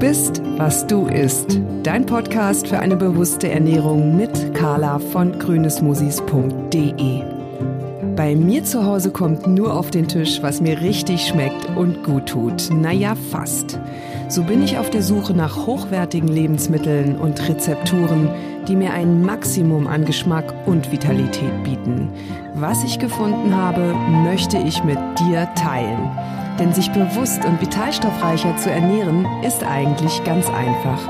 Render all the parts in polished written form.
bist, was du isst. Dein Podcast für eine bewusste Ernährung mit Carla von grünesmusis.de. Bei mir zu Hause kommt nur auf den Tisch, was mir richtig schmeckt und gut tut. Naja, fast. So bin ich auf der Suche nach hochwertigen Lebensmitteln und Rezepturen, die mir ein Maximum an Geschmack und Vitalität bieten. Was ich gefunden habe, möchte ich mit dir teilen. Denn sich bewusst und vitalstoffreicher zu ernähren, ist eigentlich ganz einfach.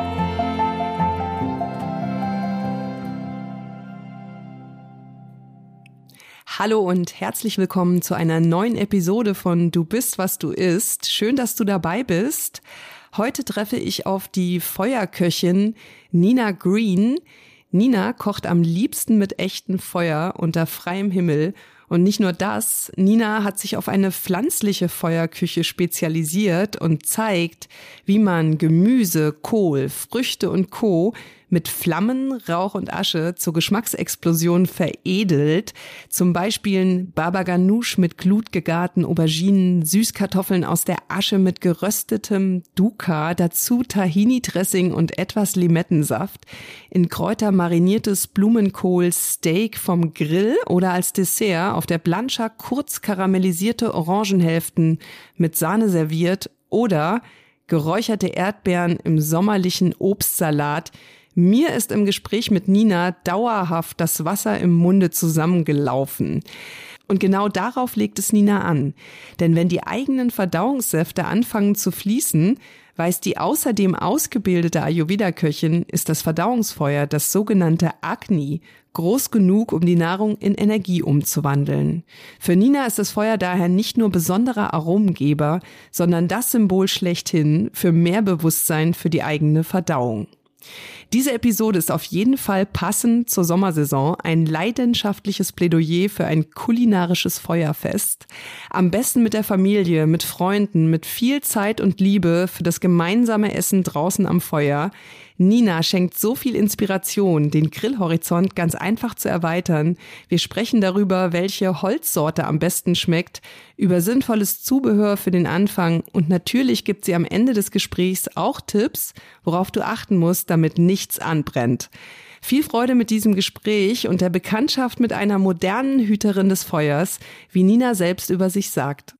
Hallo und herzlich willkommen zu einer neuen Episode von Du bist, was du isst. Schön, dass du dabei bist. Heute treffe ich auf die Feuerköchin Nina Green. Nina kocht am liebsten mit echtem Feuer unter freiem Himmel. Und nicht nur das, Nina hat sich auf eine pflanzliche Feuerküche spezialisiert und zeigt, wie man Gemüse, Kohl, Früchte und Co. mit Flammen, Rauch und Asche zur Geschmacksexplosion veredelt. Zum Beispiel Baba Ganoush mit glutgegarten Auberginen, Süßkartoffeln aus der Asche mit geröstetem Duka, dazu Tahini-Dressing und etwas Limettensaft, in Kräuter mariniertes Blumenkohl-Steak vom Grill oder als Dessert auf der Plancha kurz karamellisierte Orangenhälften mit Sahne serviert oder geräucherte Erdbeeren im sommerlichen Obstsalat. Mir ist im Gespräch mit Nina dauerhaft das Wasser im Munde zusammengelaufen. Und genau darauf legt es Nina an. Denn wenn die eigenen Verdauungssäfte anfangen zu fließen, weiß die außerdem ausgebildete Ayurveda-Köchin, ist das Verdauungsfeuer, das sogenannte Agni, groß genug, um die Nahrung in Energie umzuwandeln. Für Nina ist das Feuer daher nicht nur besonderer Aromengeber, sondern das Symbol schlechthin für mehr Bewusstsein für die eigene Verdauung. Diese Episode ist auf jeden Fall passend zur Sommersaison, ein leidenschaftliches Plädoyer für ein kulinarisches Feuerfest. Am besten mit der Familie, mit Freunden, mit viel Zeit und Liebe für das gemeinsame Essen draußen am Feuer. Nina schenkt so viel Inspiration, den Grillhorizont ganz einfach zu erweitern. Wir sprechen darüber, welche Holzsorte am besten schmeckt, über sinnvolles Zubehör für den Anfang und natürlich gibt sie am Ende des Gesprächs auch Tipps, worauf du achten musst, damit nichts anbrennt. Viel Freude mit diesem Gespräch und der Bekanntschaft mit einer modernen Hüterin des Feuers, wie Nina selbst über sich sagt.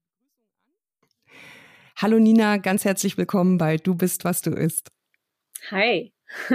Hallo Nina, ganz herzlich willkommen bei Du bist, was du isst. Hi.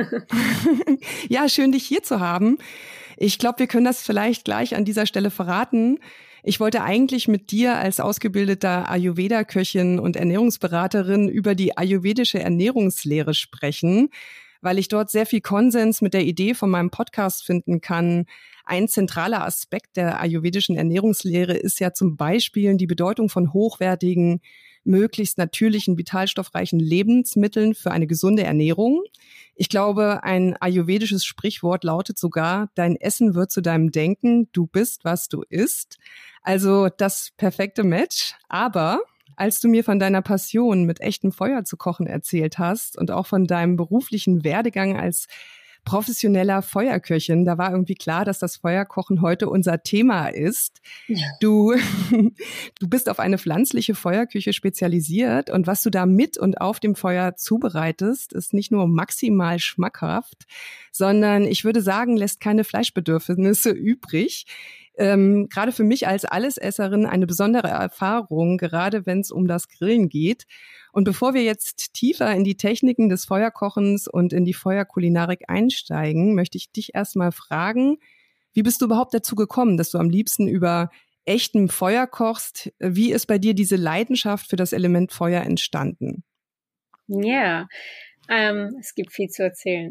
Ja, schön, dich hier zu haben. Ich glaube, wir können das vielleicht gleich an dieser Stelle verraten. Ich wollte eigentlich mit dir als ausgebildeter Ayurveda-Köchin und Ernährungsberaterin über die ayurvedische Ernährungslehre sprechen, weil ich dort sehr viel Konsens mit der Idee von meinem Podcast finden kann. Ein zentraler Aspekt der ayurvedischen Ernährungslehre ist ja zum Beispiel die Bedeutung von hochwertigen, möglichst natürlichen, vitalstoffreichen Lebensmitteln für eine gesunde Ernährung. Ich glaube, ein ayurvedisches Sprichwort lautet sogar, dein Essen wird zu deinem Denken, du bist, was du isst. Also das perfekte Match. Aber als du mir von deiner Passion, mit echtem Feuer zu kochen erzählt hast und auch von deinem beruflichen Werdegang als professioneller Feuerköchin, da war irgendwie klar, dass das Feuerkochen heute unser Thema ist. Ja. Du bist auf eine pflanzliche Feuerküche spezialisiert und was du da mit und auf dem Feuer zubereitest, ist nicht nur maximal schmackhaft, sondern ich würde sagen, lässt keine Fleischbedürfnisse übrig. Gerade für mich als Allesesserin eine besondere Erfahrung, gerade wenn es um das Grillen geht. Und bevor wir jetzt tiefer in die Techniken des Feuerkochens und in die Feuerkulinarik einsteigen, möchte ich dich erstmal fragen, wie bist du überhaupt dazu gekommen, dass du am liebsten über echtem Feuer kochst? Wie ist bei dir diese Leidenschaft für das Element Feuer entstanden? Ja, es gibt viel zu erzählen.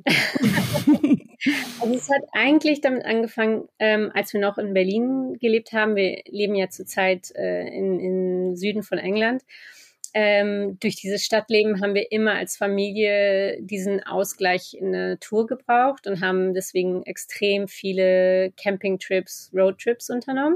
Also es hat eigentlich damit angefangen, als wir noch in Berlin gelebt haben. Wir leben ja zurzeit im Süden von England. Durch dieses Stadtleben haben wir immer als Familie diesen Ausgleich in der Natur gebraucht und haben deswegen extrem viele Campingtrips, Roadtrips unternommen.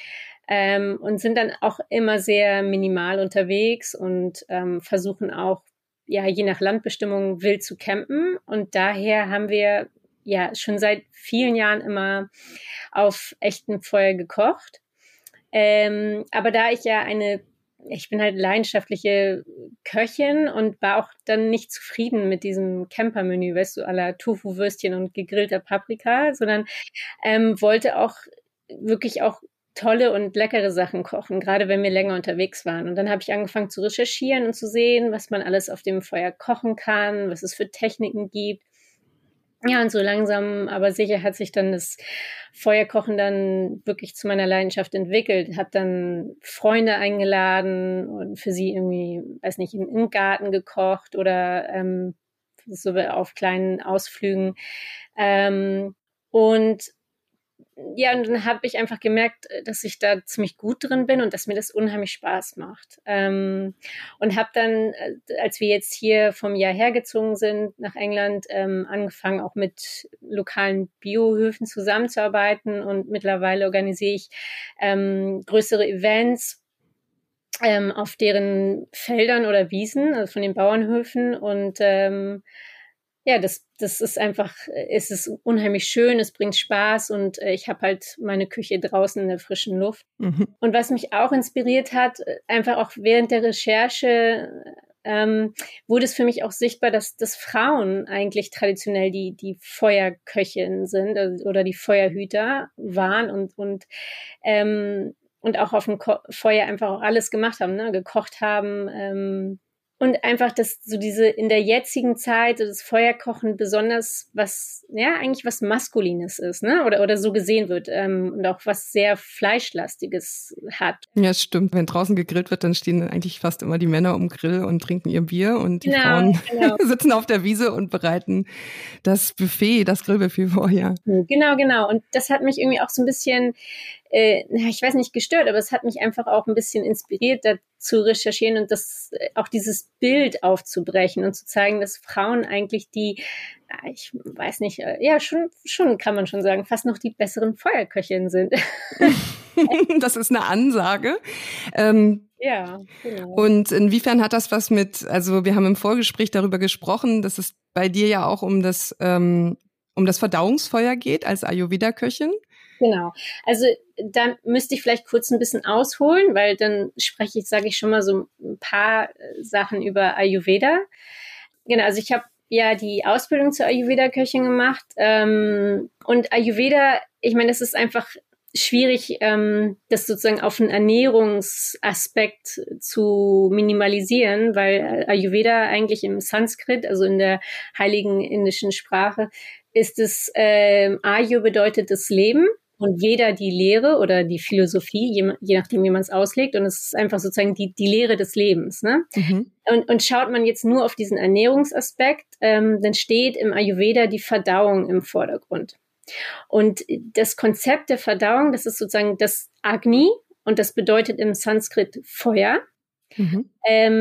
Und sind dann auch immer sehr minimal unterwegs und versuchen auch, ja, je nach Landbestimmung wild zu campen. Und daher haben wir ja schon seit vielen Jahren immer auf echtem Feuer gekocht. Aber da ich ja eine ich bin halt leidenschaftliche Köchin und war auch dann nicht zufrieden mit diesem Camper-Menü, weißt du, à la Tofu-Würstchen und gegrillter Paprika, sondern wollte auch wirklich auch tolle und leckere Sachen kochen, gerade wenn wir länger unterwegs waren. Und dann habe ich angefangen zu recherchieren und zu sehen, was man alles auf dem Feuer kochen kann, was es für Techniken gibt. Ja, und so langsam, aber sicher hat sich dann das Feuerkochen dann wirklich zu meiner Leidenschaft entwickelt. Habe dann Freunde eingeladen und für sie irgendwie, weiß nicht, im Garten gekocht oder so auf kleinen Ausflügen. Und ja, und dann habe ich einfach gemerkt, dass ich da ziemlich gut drin bin und dass mir das unheimlich Spaß macht. Und habe dann, als wir jetzt hier vom Jahr hergezogen sind nach England, angefangen auch mit lokalen Biohöfen zusammenzuarbeiten und mittlerweile organisiere ich größere Events auf deren Feldern oder Wiesen, also von den Bauernhöfen und ja, das ist einfach, es ist unheimlich schön, es bringt Spaß und ich habe halt meine Küche draußen in der frischen Luft. Mhm. Und was mich auch inspiriert hat, einfach auch während der Recherche, wurde es für mich auch sichtbar, dass Frauen eigentlich traditionell die Feuerköchin sind oder die Feuerhüter waren und auch auf dem Feuer einfach auch alles gemacht haben, ne? Gekocht haben, und einfach, dass so diese in der jetzigen Zeit das Feuerkochen besonders eigentlich was Maskulines ist, ne? Oder so gesehen wird und auch was sehr Fleischlastiges hat. Ja, stimmt. Wenn draußen gegrillt wird, dann stehen eigentlich fast immer die Männer um den Grill und trinken ihr Bier und die Frauen sitzen auf der Wiese und bereiten das Grillbuffet vor, ja. Genau. Und das hat mich irgendwie auch so ein bisschen ich weiß nicht, gestört, aber es hat mich einfach auch ein bisschen inspiriert, da zu recherchieren und auch dieses Bild aufzubrechen und zu zeigen, dass Frauen eigentlich ich weiß nicht, ja, schon kann man schon sagen, fast noch die besseren Feuerköchinnen sind. Das ist eine Ansage. Ja, genau. Und inwiefern hat das was also wir haben im Vorgespräch darüber gesprochen, dass es bei dir ja auch um das Verdauungsfeuer geht als Ayurveda-Köchin. Genau. Also da müsste ich vielleicht kurz ein bisschen ausholen, weil dann sage ich schon mal so ein paar Sachen über Ayurveda. Genau, also ich habe ja die Ausbildung zur Ayurveda-Köchin gemacht. Und Ayurveda, ich meine, das ist einfach schwierig, das sozusagen auf einen Ernährungsaspekt zu minimalisieren, weil Ayurveda eigentlich im Sanskrit, also in der heiligen indischen Sprache, ist es Ayu bedeutet das Leben. Und Veda die Lehre oder die Philosophie, je nachdem, wie man es auslegt. Und es ist einfach sozusagen die Lehre des Lebens. Ne? Mhm. Und schaut man jetzt nur auf diesen Ernährungsaspekt, dann steht im Ayurveda die Verdauung im Vordergrund. Und das Konzept der Verdauung, das ist sozusagen das Agni und das bedeutet im Sanskrit Feuer. Mhm.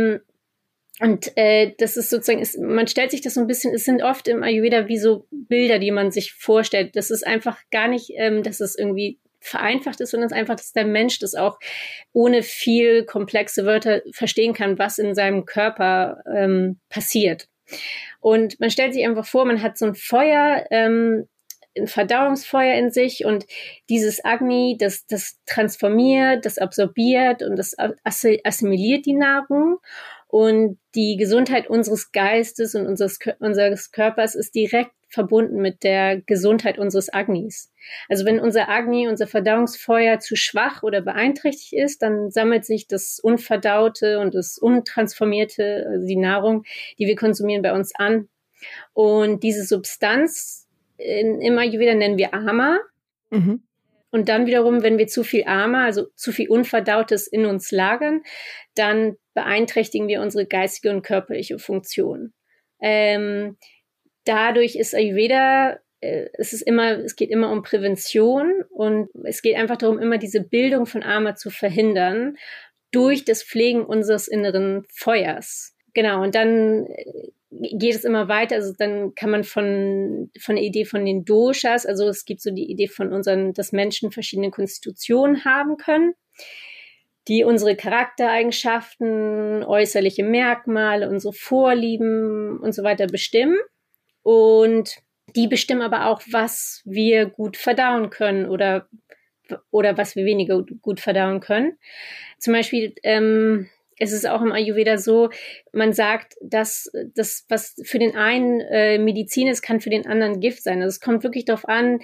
Und das ist sozusagen, man stellt sich das so ein bisschen, es sind oft im Ayurveda wie so Bilder, die man sich vorstellt. Das ist einfach gar nicht, dass es irgendwie vereinfacht ist, sondern es ist einfach, dass der Mensch das auch ohne viel komplexe Wörter verstehen kann, was in seinem Körper passiert. Und man stellt sich einfach vor, man hat so ein Feuer, ein Verdauungsfeuer in sich und dieses Agni, das transformiert, das absorbiert und das assimiliert die Nahrung. Und die Gesundheit unseres Geistes und unseres Körpers ist direkt verbunden mit der Gesundheit unseres Agnis. Also wenn unser Agni, unser Verdauungsfeuer zu schwach oder beeinträchtigt ist, dann sammelt sich das Unverdaute und das Untransformierte, also die Nahrung, die wir konsumieren, bei uns an. Und diese Substanz im Ayurveda nennen wir Ama. Mhm. Und dann wiederum, wenn wir zu viel Ama, also zu viel Unverdautes in uns lagern, dann beeinträchtigen wir unsere geistige und körperliche Funktion. Dadurch ist Ayurveda, es geht immer um Prävention und es geht einfach darum, immer diese Bildung von Ama zu verhindern durch das Pflegen unseres inneren Feuers. Genau, und dann geht es immer weiter, also dann kann man von der Idee von den Doshas, also es gibt so die Idee von dass Menschen verschiedene Konstitutionen haben können, die unsere Charaktereigenschaften, äußerliche Merkmale, unsere Vorlieben und so weiter bestimmen. Und die bestimmen aber auch, was wir gut verdauen können oder oder was wir weniger gut verdauen können. Zum Beispiel es ist auch im Ayurveda so, man sagt, dass das, was für den einen Medizin ist, kann für den anderen Gift sein. Also es kommt wirklich darauf an,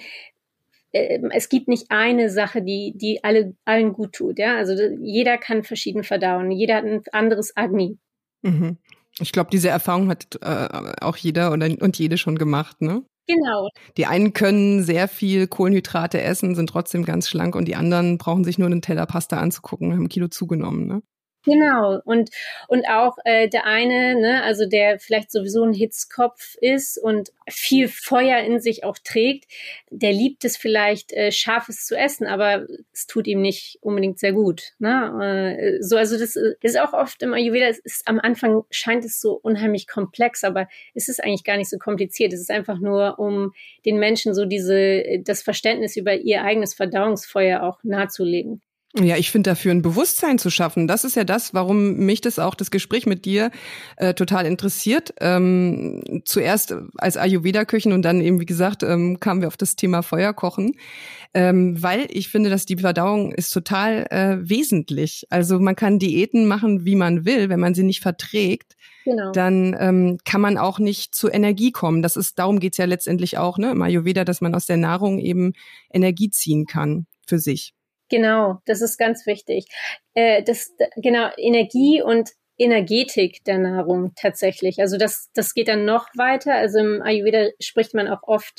es gibt nicht eine Sache, die allen gut tut. Ja? Also jeder kann verschieden verdauen. Jeder hat ein anderes Agni. Mhm. Ich glaube, diese Erfahrung hat auch jeder und jede schon gemacht, ne? Genau. Die einen können sehr viel Kohlenhydrate essen, sind trotzdem ganz schlank und die anderen brauchen sich nur einen Teller Pasta anzugucken, haben 1 Kilo zugenommen, ne? Genau. Und auch der eine, ne, also der vielleicht sowieso ein Hitzkopf ist und viel Feuer in sich auch trägt, der liebt es vielleicht, Scharfes zu essen, aber es tut ihm nicht unbedingt sehr gut. Ne? Also das ist auch oft im Ayurveda, es ist, am Anfang scheint es so unheimlich komplex, aber es ist eigentlich gar nicht so kompliziert. Es ist einfach nur, um den Menschen so das Verständnis über ihr eigenes Verdauungsfeuer auch nahezulegen. Ja, ich finde dafür ein Bewusstsein zu schaffen. Das ist ja das, warum mich das Gespräch mit dir total interessiert. Zuerst als Ayurveda-Köchin und dann eben, wie gesagt, kamen wir auf das Thema Feuerkochen, weil ich finde, dass die Verdauung ist total wesentlich. Also man kann Diäten machen, wie man will, wenn man sie nicht verträgt. Genau. Dann kann man auch nicht zur Energie kommen. Darum geht's ja letztendlich auch, ne, im Ayurveda, dass man aus der Nahrung eben Energie ziehen kann für sich. Genau, das ist ganz wichtig. Genau, Energie und Energetik der Nahrung tatsächlich. Also das geht dann noch weiter. Also im Ayurveda spricht man auch oft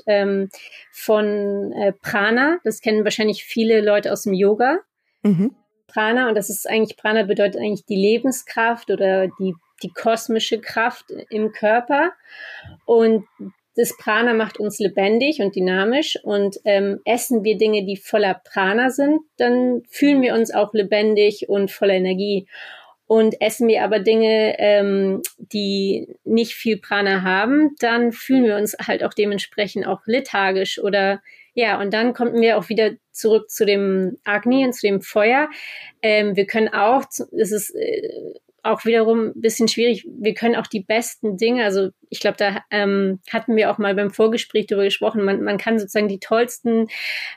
von Prana. Das kennen wahrscheinlich viele Leute aus dem Yoga. Mhm. Prana, und Prana bedeutet eigentlich die Lebenskraft oder die kosmische Kraft im Körper. Und das Prana macht uns lebendig und dynamisch und essen wir Dinge, die voller Prana sind, dann fühlen wir uns auch lebendig und voller Energie. Und essen wir aber Dinge, die nicht viel Prana haben, dann fühlen wir uns halt auch dementsprechend auch lethargisch oder ja, und dann kommen wir auch wieder zurück zu dem Agni und zu dem Feuer. Wir können auch, es ist auch wiederum ein bisschen schwierig. Wir können auch die besten Dinge, also ich glaube, da hatten wir auch mal beim Vorgespräch darüber gesprochen, man kann sozusagen die tollsten,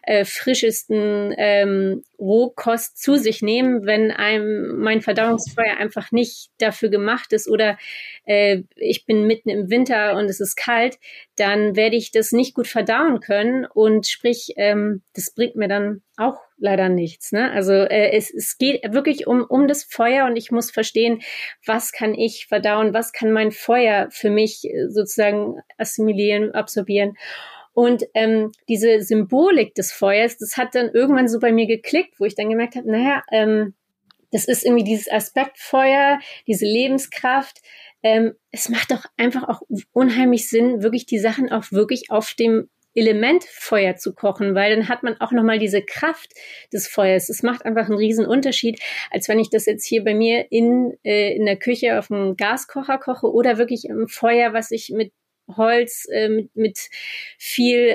frischesten Rohkost zu sich nehmen, wenn einem mein Verdauungsfeuer einfach nicht dafür gemacht ist oder ich bin mitten im Winter und es ist kalt, dann werde ich das nicht gut verdauen können und sprich, das bringt mir dann auch leider nichts. Ne? Also es geht wirklich um das Feuer und ich muss verstehen, was kann ich verdauen, was kann mein Feuer für mich sozusagen assimilieren, absorbieren. Und diese Symbolik des Feuers, das hat dann irgendwann so bei mir geklickt, wo ich dann gemerkt habe, naja, das ist irgendwie dieses Aspektfeuer, diese Lebenskraft. Es macht doch einfach auch unheimlich Sinn, wirklich die Sachen auch wirklich auf dem Element Feuer zu kochen, weil dann hat man auch nochmal diese Kraft des Feuers. Es macht einfach einen riesen Unterschied, als wenn ich das jetzt hier bei mir in der Küche auf dem Gaskocher koche oder wirklich im Feuer, was ich mit Holz, mit viel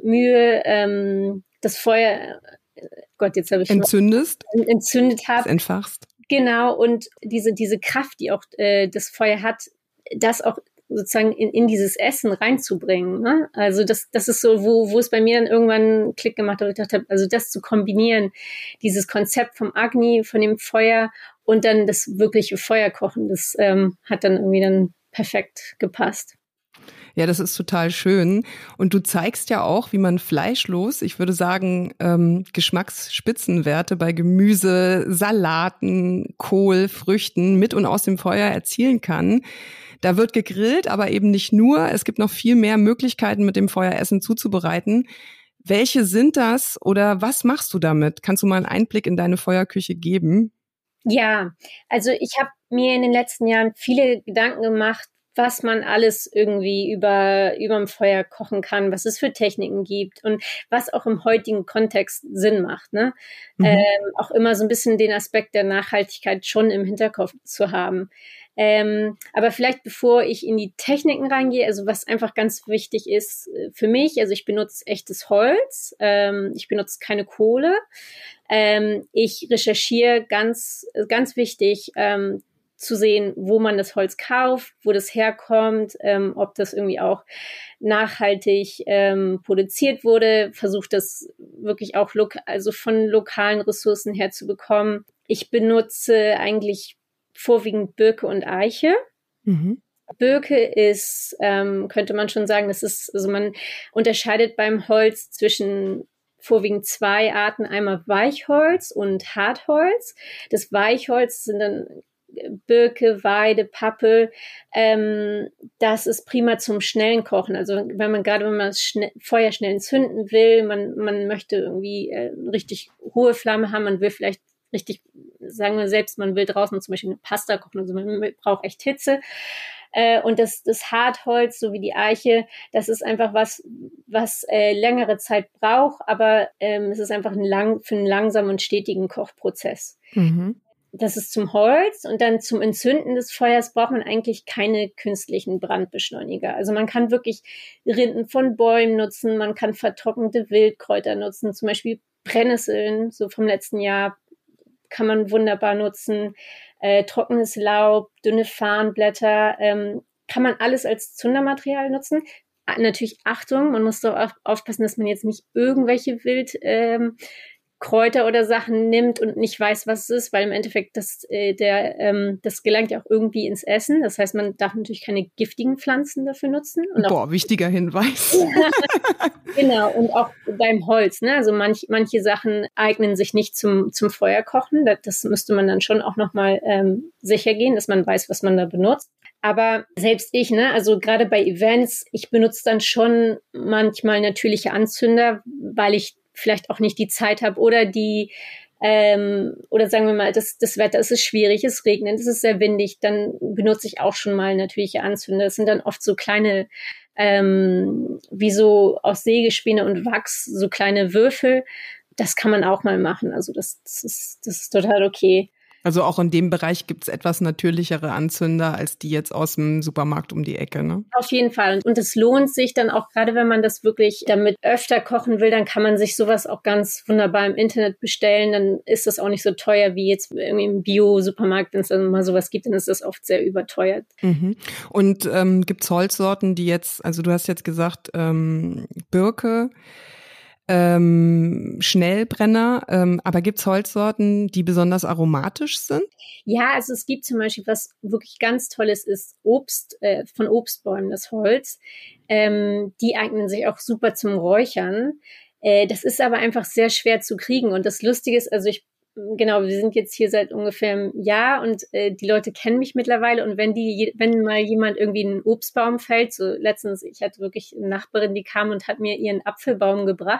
Mühe das Feuer, Gott, jetzt habe ich entzündet habe. Entfachst. Genau, und diese Kraft, die auch das Feuer hat, das auch sozusagen in dieses Essen reinzubringen. Ne? Also das ist so, wo es bei mir dann irgendwann einen Klick gemacht hat, wo ich dachte, also das zu kombinieren, dieses Konzept vom Agni, von dem Feuer und dann das wirkliche Feuerkochen, das hat dann irgendwie dann perfekt gepasst. Ja, das ist total schön. Und du zeigst ja auch, wie man fleischlos, ich würde sagen, Geschmacksspitzenwerte bei Gemüse, Salaten, Kohl, Früchten mit und aus dem Feuer erzielen kann. Da wird gegrillt, aber eben nicht nur. Es gibt noch viel mehr Möglichkeiten, mit dem Feuer Essen zuzubereiten. Welche sind das oder was machst du damit? Kannst du mal einen Einblick in deine Feuerküche geben? Ja, also ich habe mir in den letzten Jahren viele Gedanken gemacht, was man alles irgendwie überm Feuer kochen kann, was es für Techniken gibt und was auch im heutigen Kontext Sinn macht, ne? Mhm. Auch immer so ein bisschen den Aspekt der Nachhaltigkeit schon im Hinterkopf zu haben. Aber vielleicht bevor ich in die Techniken reingehe, also was einfach ganz wichtig ist für mich, also ich benutze echtes Holz, ich benutze keine Kohle, ich recherchiere ganz, ganz wichtig, zu sehen, wo man das Holz kauft, wo das herkommt, ob das irgendwie auch nachhaltig produziert wurde, versucht das wirklich auch also von lokalen Ressourcen herzubekommen. Ich benutze eigentlich vorwiegend Birke und Eiche. Mhm. Birke ist, könnte man schon sagen, also man unterscheidet beim Holz zwischen vorwiegend 2 Arten, einmal Weichholz und Hartholz. Das Weichholz sind dann Birke, Weide, Pappel, das ist prima zum schnellen Kochen. Also wenn man das Feuer schnell entzünden will, man möchte irgendwie richtig hohe Flamme haben, man will vielleicht richtig, sagen wir selbst, man will draußen zum Beispiel eine Pasta kochen, also man braucht echt Hitze. Und das Hartholz, so wie die Eiche, das ist einfach was längere Zeit braucht, aber es ist einfach für einen langsamen und stetigen Kochprozess. Mhm. Das ist zum Holz, und dann zum Entzünden des Feuers braucht man eigentlich keine künstlichen Brandbeschleuniger. Also man kann wirklich Rinden von Bäumen nutzen, man kann vertrocknete Wildkräuter nutzen, zum Beispiel Brennnesseln, so vom letzten Jahr, kann man wunderbar nutzen, trockenes Laub, dünne Farnblätter, kann man alles als Zundermaterial nutzen. Natürlich Achtung, man muss doch aufpassen, dass man jetzt nicht irgendwelche Kräuter oder Sachen nimmt und nicht weiß, was es ist, weil im Endeffekt das gelangt ja auch irgendwie ins Essen. Das heißt, man darf natürlich keine giftigen Pflanzen dafür nutzen. Und wichtiger Hinweis. Genau, und auch beim Holz, ne? Also manche Sachen eignen sich nicht zum Feuerkochen. Das müsste man dann schon auch nochmal sicher gehen, dass man weiß, was man da benutzt. Aber selbst ich, ne, also gerade bei Events, ich benutze dann schon manchmal natürliche Anzünder, weil ich vielleicht auch nicht die Zeit habe oder oder sagen wir mal, das Wetter, es ist schwierig, es regnet, es ist sehr windig, dann benutze ich auch schon mal natürliche Anzünder. Das sind dann oft so kleine, wie so aus Sägespäne und Wachs, so kleine Würfel. Das kann man auch mal machen. Also das ist total okay. Also auch in dem Bereich gibt's etwas natürlichere Anzünder als die jetzt aus dem Supermarkt um die Ecke, ne? Auf jeden Fall. Und es lohnt sich dann auch, gerade wenn man das wirklich damit öfter kochen will, dann kann man sich sowas auch ganz wunderbar im Internet bestellen. Dann ist das auch nicht so teuer wie jetzt irgendwie im Bio-Supermarkt. Wenn es dann mal sowas gibt, dann ist das oft sehr überteuert. Mhm. Und gibt's Holzsorten, die jetzt, also du hast jetzt gesagt, Birke, Schnellbrenner, aber gibt's Holzsorten, die besonders aromatisch sind? Ja, also es gibt zum Beispiel, was wirklich ganz Tolles ist, Obst, von Obstbäumen, das Holz. Die eignen sich auch super zum Räuchern. Das ist aber einfach sehr schwer zu kriegen. Und das Lustige ist, also wir sind jetzt hier seit ungefähr einem Jahr und die Leute kennen mich mittlerweile, und wenn mal jemand irgendwie einen Obstbaum fällt, so letztens, ich hatte wirklich eine Nachbarin, die kam und hat mir ihren Apfelbaum gebracht.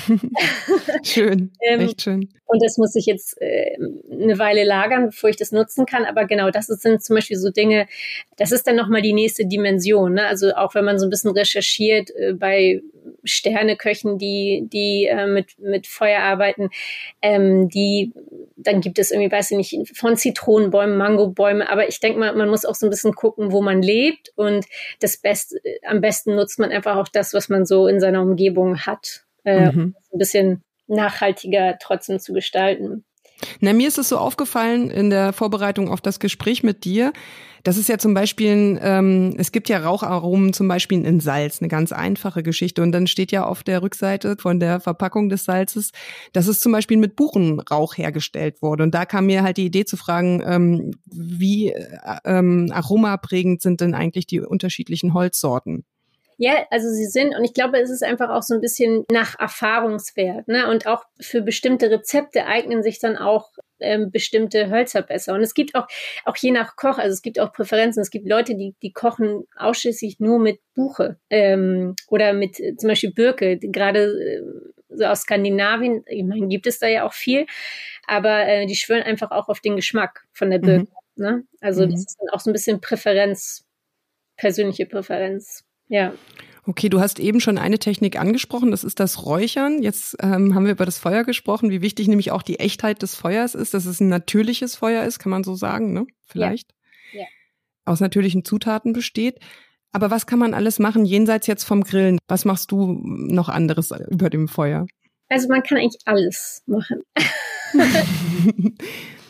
Schön, echt schön. Und das muss ich jetzt eine Weile lagern, bevor ich das nutzen kann. Aber genau, sind zum Beispiel so Dinge, das ist dann nochmal die nächste Dimension, ne? Also auch wenn man so ein bisschen recherchiert bei Sterneköchen, die mit Feuer arbeiten, dann gibt es irgendwie, weiß ich nicht, von Zitronenbäumen, Mangobäume. Aber ich denke mal, man muss auch so ein bisschen gucken, wo man lebt. Und am besten nutzt man einfach auch das, was man so in seiner Umgebung hat. Ein bisschen nachhaltiger trotzdem zu gestalten. Na, mir ist es so aufgefallen in der Vorbereitung auf das Gespräch mit dir, das ist ja zum Beispiel, es gibt ja Raucharomen zum Beispiel in Salz, eine ganz einfache Geschichte. Und dann steht ja auf der Rückseite von der Verpackung des Salzes, dass es zum Beispiel mit Buchenrauch hergestellt wurde. Und da kam mir halt die Idee zu fragen, wie aromaprägend sind denn eigentlich die unterschiedlichen Holzsorten? Ja, also sie sind, und ich glaube, es ist einfach auch so ein bisschen nach Erfahrungswert, ne? Und auch für bestimmte Rezepte eignen sich dann auch bestimmte Hölzer besser. Und es gibt auch je nach Koch, also es gibt auch Präferenzen. Es gibt Leute, die kochen ausschließlich nur mit Buche oder mit zum Beispiel Birke, gerade so aus Skandinavien. Ich meine, gibt es da ja auch viel, aber die schwören einfach auch auf den Geschmack von der Birke. Ne? Also das ist dann auch so ein bisschen persönliche Präferenz. Ja. Okay, du hast eben schon eine Technik angesprochen, das ist das Räuchern. Jetzt haben wir über das Feuer gesprochen, wie wichtig nämlich auch die Echtheit des Feuers ist, dass es ein natürliches Feuer ist, kann man so sagen, ne? Vielleicht. Ja. Aus natürlichen Zutaten besteht. Aber was kann man alles machen, jenseits jetzt vom Grillen? Was machst du noch anderes über dem Feuer? Also man kann eigentlich alles machen.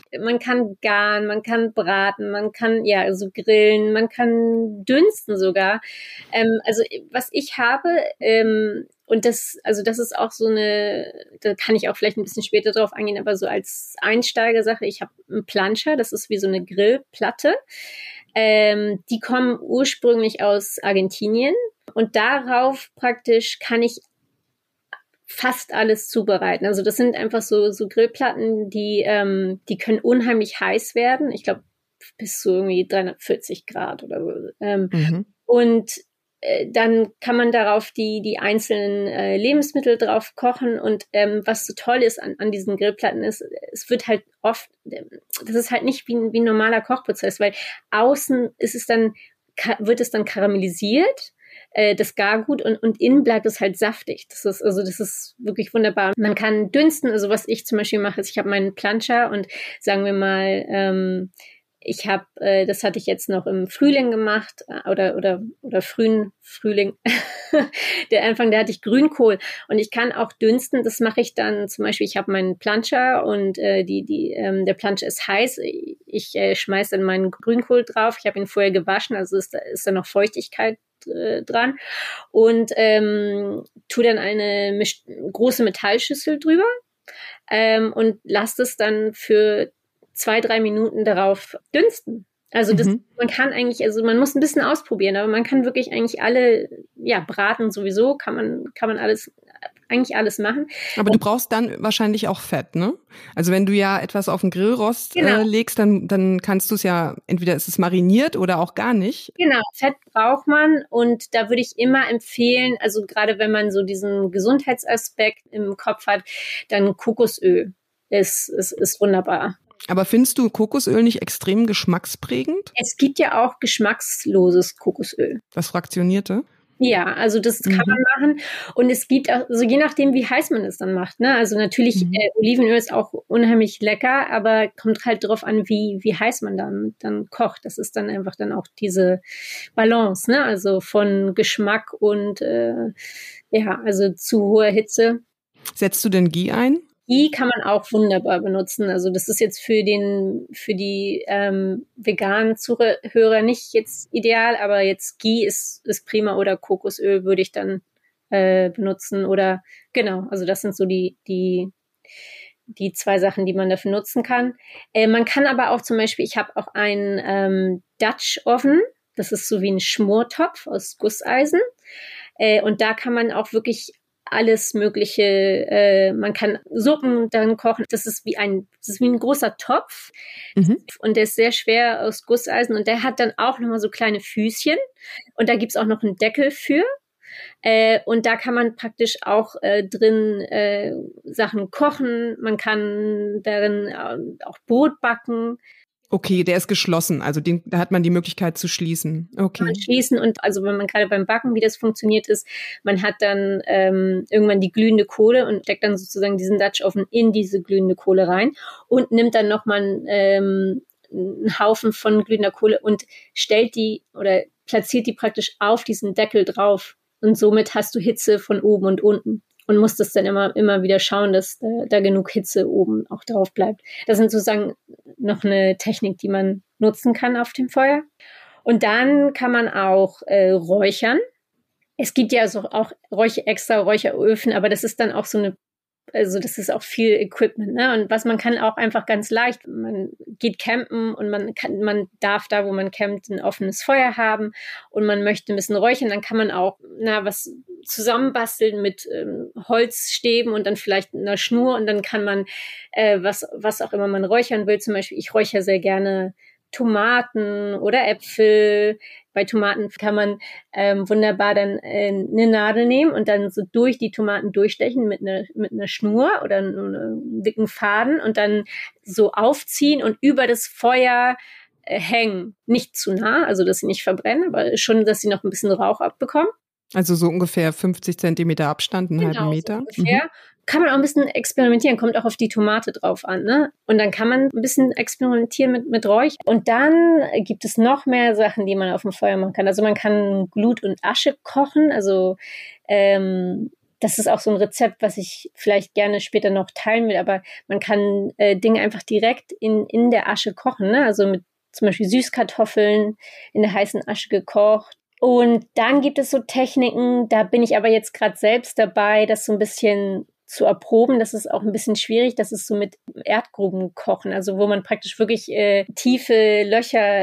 man kann garen, man kann braten, man kann ja so grillen, man kann dünsten sogar. Also was ich habe, und das ist auch so eine, da kann ich auch vielleicht ein bisschen später drauf eingehen, aber so als Einsteigersache, ich habe einen Planscher, das ist wie so eine Grillplatte. Die kommen ursprünglich aus Argentinien und darauf praktisch kann ich fast alles zubereiten. Also das sind einfach so Grillplatten, die können unheimlich heiß werden. Ich glaube bis zu irgendwie 340 Grad oder so. Und dann kann man darauf die einzelnen Lebensmittel drauf kochen und was so toll ist an diesen Grillplatten ist, es wird halt oft, das ist halt nicht wie ein normaler Kochprozess, weil außen wird es dann karamellisiert, das Gargut und innen bleibt es halt saftig. Das ist wirklich wunderbar. Man kann dünsten, also was ich zum Beispiel mache, ist, ich habe meinen Planscher und sagen wir mal, das hatte ich jetzt noch im Frühling gemacht oder frühen Frühling. Der hatte ich Grünkohl und ich kann auch dünsten. Das mache ich dann zum Beispiel. Ich habe meinen Planscher und der Planscher ist heiß. Ich schmeiße dann meinen Grünkohl drauf. Ich habe ihn vorher gewaschen, also ist da noch Feuchtigkeit dran und tue dann eine große Metallschüssel drüber und lasse es dann für 2-3 Minuten darauf dünsten. Also man kann eigentlich, also man muss ein bisschen ausprobieren, aber man kann wirklich eigentlich alle, ja, braten sowieso, kann man eigentlich alles machen. Aber du brauchst dann wahrscheinlich auch Fett, ne? Also wenn du ja etwas auf den Grillrost legst, dann kannst du es ja, entweder ist es mariniert oder auch gar nicht. Genau, Fett braucht man und da würde ich immer empfehlen, also gerade wenn man so diesen Gesundheitsaspekt im Kopf hat, dann Kokosöl ist wunderbar. Aber findest du Kokosöl nicht extrem geschmacksprägend? Es gibt ja auch geschmacksloses Kokosöl. Das fraktionierte? Ja, also das kann man machen. Und es gibt auch, also je nachdem, wie heiß man es dann macht, ne? Also natürlich, Olivenöl ist auch unheimlich lecker, aber kommt halt drauf an, wie heiß man dann kocht. Das ist dann einfach dann auch diese Balance, ne? Also von Geschmack und, also zu hoher Hitze. Setzt du denn Ghee ein? Ghee kann man auch wunderbar benutzen. Also das ist jetzt für die veganen Zuhörer nicht jetzt ideal, aber jetzt Ghee ist prima oder Kokosöl würde ich dann benutzen oder genau. Also das sind so die 2 Sachen, die man dafür nutzen kann. Man kann aber auch zum Beispiel, ich habe auch einen Dutch Oven. Das ist so wie ein Schmortopf aus Gusseisen. Und da kann man auch wirklich alles Mögliche, man kann Suppen dann kochen. Das ist wie ein großer Topf und der ist sehr schwer aus Gusseisen und der hat dann auch nochmal so kleine Füßchen und da gibt's auch noch einen Deckel für. Und da kann man praktisch auch drin Sachen kochen. Man kann darin auch Brot backen. Okay, der ist geschlossen, also da hat man die Möglichkeit zu schließen. Okay. Man schließen und also wenn man gerade beim Backen, wie das funktioniert ist, man hat dann irgendwann die glühende Kohle und steckt dann sozusagen diesen Dutch Oven in diese glühende Kohle rein und nimmt dann nochmal einen Haufen von glühender Kohle und stellt die oder platziert die praktisch auf diesen Deckel drauf und somit hast du Hitze von oben und unten. Und muss das dann immer wieder schauen, dass da genug Hitze oben auch drauf bleibt. Das sind sozusagen noch eine Technik, die man nutzen kann auf dem Feuer. Und dann kann man auch räuchern. Es gibt ja so auch extra Räucheröfen, aber das ist dann auch also das ist auch viel Equipment, ne? Und man kann auch einfach ganz leicht, man geht campen und man darf da, wo man campt, ein offenes Feuer haben und man möchte ein bisschen räuchern, dann kann man auch was zusammenbasteln mit Holzstäben und dann vielleicht einer Schnur und dann kann man was auch immer man räuchern will. Zum Beispiel, ich räuchere sehr gerne Tomaten oder Äpfel. Bei Tomaten kann man wunderbar dann eine Nadel nehmen und dann so durch die Tomaten durchstechen mit einer Schnur oder einem dicken Faden und dann so aufziehen und über das Feuer hängen. Nicht zu nah, also dass sie nicht verbrennen, aber schon, dass sie noch ein bisschen Rauch abbekommen. Also so ungefähr 50 Zentimeter Abstand, einen halben Meter. So ungefähr. Kann man auch ein bisschen experimentieren, kommt auch auf die Tomate drauf an, ne? Und dann kann man ein bisschen experimentieren mit Räuch. Und dann gibt es noch mehr Sachen, die man auf dem Feuer machen kann. Also man kann Glut und Asche kochen, also das ist auch so ein Rezept, was ich vielleicht gerne später noch teilen will, aber man kann Dinge einfach direkt in der Asche kochen, ne? Also mit zum Beispiel Süßkartoffeln in der heißen Asche gekocht. Und dann gibt es so Techniken, da bin ich aber jetzt gerade selbst dabei, das so ein bisschen zu erproben. Das ist auch ein bisschen schwierig. Das ist so mit Erdgruben kochen, also wo man praktisch wirklich tiefe Löcher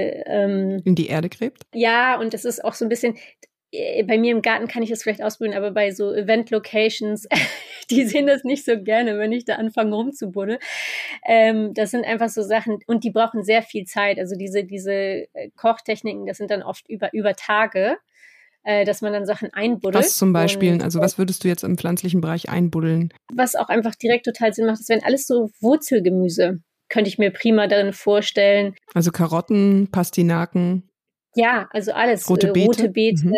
in die Erde gräbt. Ja, und das ist auch so ein bisschen, bei mir im Garten kann ich das vielleicht ausprobieren, aber bei so Event-Locations, die sehen das nicht so gerne, wenn ich da anfange rumzubuddeln. Das sind einfach so Sachen, und die brauchen sehr viel Zeit. Also diese Kochtechniken, das sind dann oft über Tage, dass man dann Sachen einbuddelt. Was zum Beispiel? Und, also was würdest du jetzt im pflanzlichen Bereich einbuddeln? Was auch einfach direkt total Sinn macht, das wären alles so Wurzelgemüse. Könnte ich mir prima darin vorstellen. Also Karotten, Pastinaken. Ja, also alles. Rote Beete.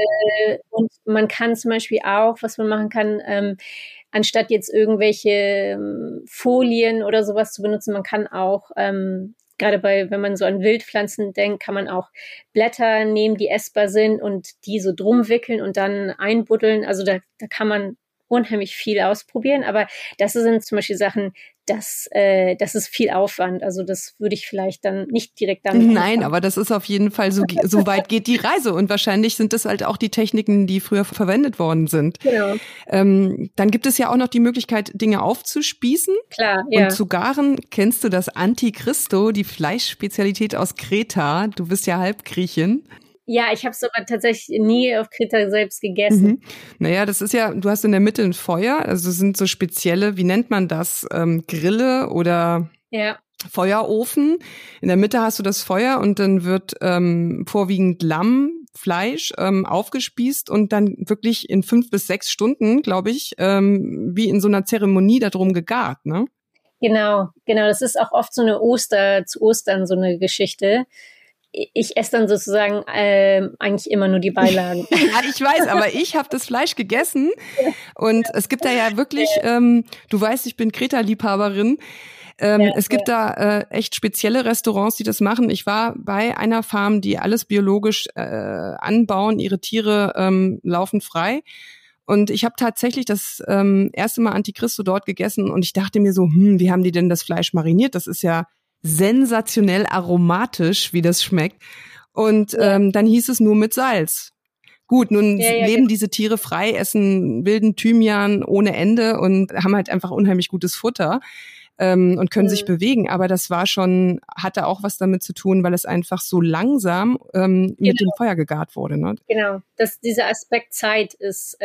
Und man kann zum Beispiel auch, was man machen kann, anstatt jetzt irgendwelche Folien oder sowas zu benutzen, man kann auch, gerade wenn man so an Wildpflanzen denkt, kann man auch Blätter nehmen, die essbar sind und die so drum wickeln und dann einbuddeln. Also da kann man unheimlich viel ausprobieren, aber das sind zum Beispiel Sachen, das ist viel Aufwand. Also das würde ich vielleicht dann nicht direkt damit Nein, anfangen. aber das ist auf jeden Fall so weit geht die Reise, und wahrscheinlich sind das halt auch die Techniken, die früher verwendet worden sind. Genau. Dann gibt es ja auch noch die Möglichkeit, Dinge aufzuspießen. Klar, ja. Und zu garen. Kennst du das Antichristo, die Fleischspezialität aus Kreta? Du bist ja Halbgriechin. Ja, ich habe es aber tatsächlich nie auf Kreta selbst gegessen. Mhm. Naja, das ist ja, du hast in der Mitte ein Feuer, also es sind so spezielle, wie nennt man das, Grille oder Feuerofen. In der Mitte hast du das Feuer und dann wird vorwiegend Lammfleisch aufgespießt und dann wirklich in 5 bis 6 Stunden, glaube ich, wie in so einer Zeremonie darum gegart, ne? Genau. Das ist auch oft so eine zu Ostern so eine Geschichte. Ich esse dann sozusagen eigentlich immer nur die Beilagen. Ja, ich weiß, aber ich habe das Fleisch gegessen und es gibt da ja wirklich, du weißt, ich bin Kreta-Liebhaberin, es gibt da echt spezielle Restaurants, die das machen. Ich war bei einer Farm, die alles biologisch anbauen, ihre Tiere laufen frei. Und ich habe tatsächlich das erste Mal Antichristo dort gegessen und ich dachte mir so, wie haben die denn das Fleisch mariniert? Das ist ja sensationell aromatisch, wie das schmeckt. Und dann hieß es nur mit Salz. Gut, nun leben diese Tiere frei, essen wilden Thymian ohne Ende und haben halt einfach unheimlich gutes Futter und können sich bewegen. Aber das hatte auch was damit zu tun, weil es einfach so langsam mit dem Feuer gegart wurde. Ne? Genau, dieser Aspekt Zeit ist,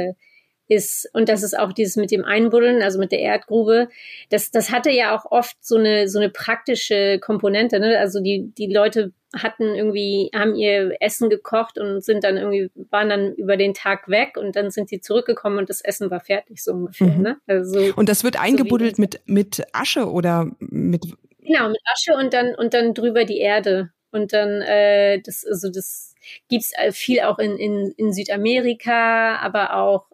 und das ist auch dieses mit dem Einbuddeln, also mit der Erdgrube, das hatte ja auch oft so eine praktische Komponente, ne? Also die Leute haben ihr Essen gekocht und waren dann über den Tag weg und dann sind sie zurückgekommen und das Essen war fertig, so ungefähr, ne? Also, und das wird eingebuddelt mit Asche oder mit? Genau, mit Asche und dann drüber die Erde. Und dann, das gibt's viel auch in Südamerika, aber auch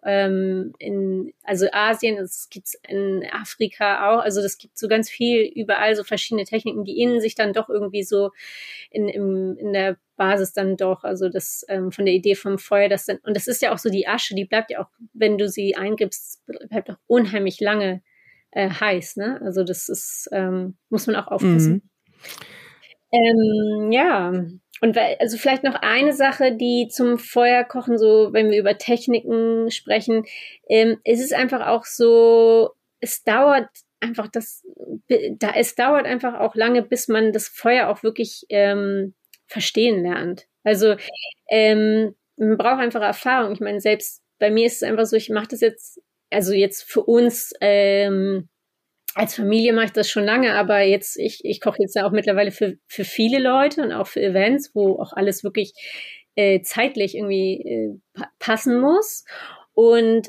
also Asien, das gibt's in Afrika auch. Also das gibt so ganz viel überall, so verschiedene Techniken, die innen sich dann doch irgendwie so in der Basis dann doch, also das von der Idee vom Feuer, und das ist ja auch so die Asche, die bleibt ja auch, wenn du sie eingibst, bleibt auch unheimlich lange heiß, ne? Also das ist, muss man auch aufpassen. Ja, und also vielleicht noch eine Sache, die zum Feuerkochen, so wenn wir über Techniken sprechen, ist es einfach auch so, es dauert einfach auch lange, bis man das Feuer auch wirklich verstehen lernt. Also man braucht einfach Erfahrung. Ich meine, selbst bei mir ist es einfach so, ich mache das jetzt, also jetzt für uns als Familie mache ich das schon lange, aber ich koche jetzt ja auch mittlerweile für viele Leute und auch für Events, wo auch alles wirklich zeitlich irgendwie passen muss. Und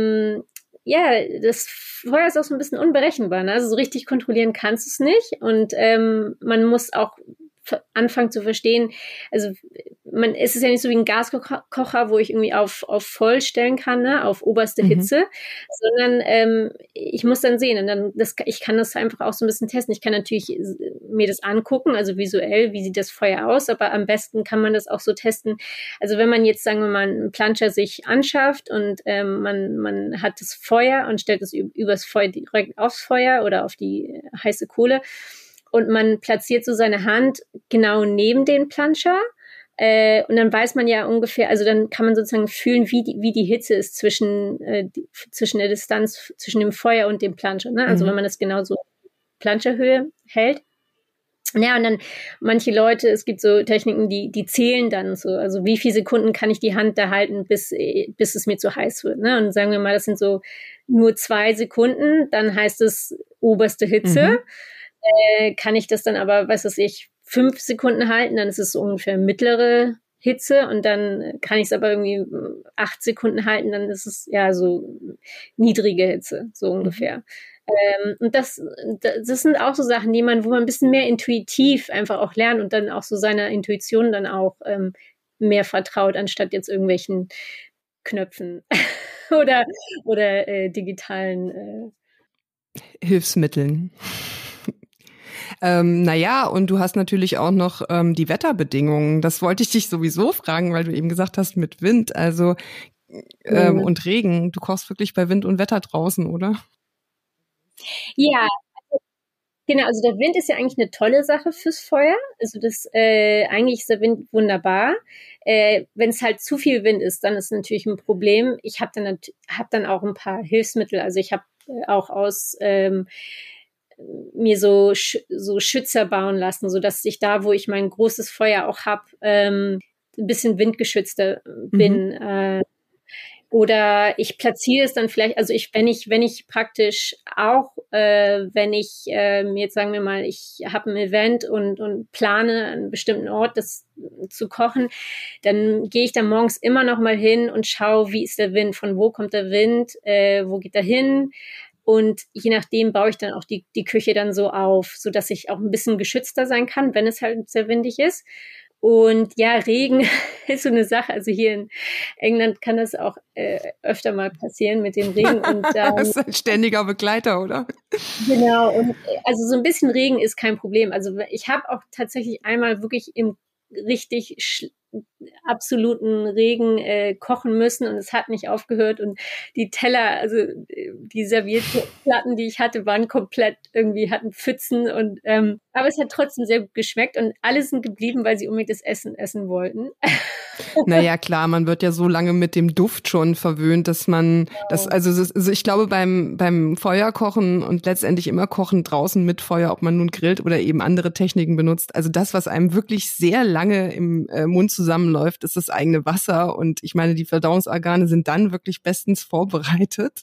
das Feuer ist auch so ein bisschen unberechenbar, ne? Also so richtig kontrollieren kannst du es nicht. Und man muss auch anfangen zu verstehen, also es ist ja nicht so wie ein Gaskocher, wo ich irgendwie auf voll stellen kann, ne, auf oberste Hitze, sondern ich muss dann sehen und dann ich kann das einfach auch so ein bisschen testen. Ich kann natürlich mir das angucken, also visuell, wie sieht das Feuer aus, aber am besten kann man das auch so testen. Also wenn man jetzt, sagen wir mal, einen Planscher sich anschafft und man hat das Feuer und stellt es übers Feuer direkt aufs Feuer oder auf die heiße Kohle und man platziert so seine Hand genau neben den Planscher, und dann weiß man ja ungefähr, also dann kann man sozusagen fühlen, wie die Hitze ist zwischen der Distanz zwischen dem Feuer und dem Planscher, ne? Also wenn man das genau so Planscherhöhe hält. Ja, und dann manche Leute, es gibt so Techniken, die zählen dann so, also wie viele Sekunden kann ich die Hand da halten, bis es mir zu heiß wird, ne? Und sagen wir mal, das sind so nur 2 Sekunden, dann heißt es oberste Hitze. Kann ich das dann aber, 5 Sekunden halten, dann ist es so ungefähr mittlere Hitze und dann kann ich es aber irgendwie 8 Sekunden halten, dann ist es ja so niedrige Hitze, so ungefähr. Und das sind auch so Sachen, wo man ein bisschen mehr intuitiv einfach auch lernt und dann auch so seiner Intuition dann auch mehr vertraut, anstatt jetzt irgendwelchen Knöpfen oder digitalen Hilfsmitteln. Naja, und du hast natürlich auch noch die Wetterbedingungen. Das wollte ich dich sowieso fragen, weil du eben gesagt hast, mit Wind, also und Regen. Du kochst wirklich bei Wind und Wetter draußen, oder? Ja, genau. Also der Wind ist ja eigentlich eine tolle Sache fürs Feuer. Also eigentlich ist der Wind wunderbar. Wenn es halt zu viel Wind ist, dann ist natürlich ein Problem. Ich habe dann auch ein paar Hilfsmittel. Also ich habe auch aus mir so Schützer bauen lassen, so dass ich da, wo ich mein großes Feuer auch habe, ein bisschen windgeschützter bin. Oder ich platziere es dann vielleicht, also wenn ich praktisch auch, wenn ich jetzt sagen wir mal, ich habe ein Event und plane an einem bestimmten Ort das zu kochen, dann gehe ich da morgens immer noch mal hin und schaue, wie ist der Wind, von wo kommt der Wind, wo geht er hin? Und je nachdem baue ich dann auch die Küche dann so auf, so dass ich auch ein bisschen geschützter sein kann, wenn es halt sehr windig ist. Und ja, Regen ist so eine Sache. Also hier in England kann das auch öfter mal passieren mit dem Regen. Und das ist ein ständiger Begleiter, oder? Genau. Und also so ein bisschen Regen ist kein Problem. Also ich habe auch tatsächlich einmal wirklich im richtig absoluten Regen kochen müssen und es hat nicht aufgehört und die Teller, also die Serviettenplatten, die ich hatte, waren komplett hatten Pfützen und aber es hat trotzdem sehr gut geschmeckt und alle sind geblieben, weil sie unbedingt das Essen wollten. Naja, klar, man wird ja so lange mit dem Duft schon verwöhnt, dass man also ich glaube beim Feuerkochen und letztendlich immer Kochen draußen mit Feuer, ob man nun grillt oder eben andere Techniken benutzt, also das, was einem wirklich sehr lange im Mund zusammenläuft, ist das eigene Wasser und ich meine, die Verdauungsorgane sind dann wirklich bestens vorbereitet.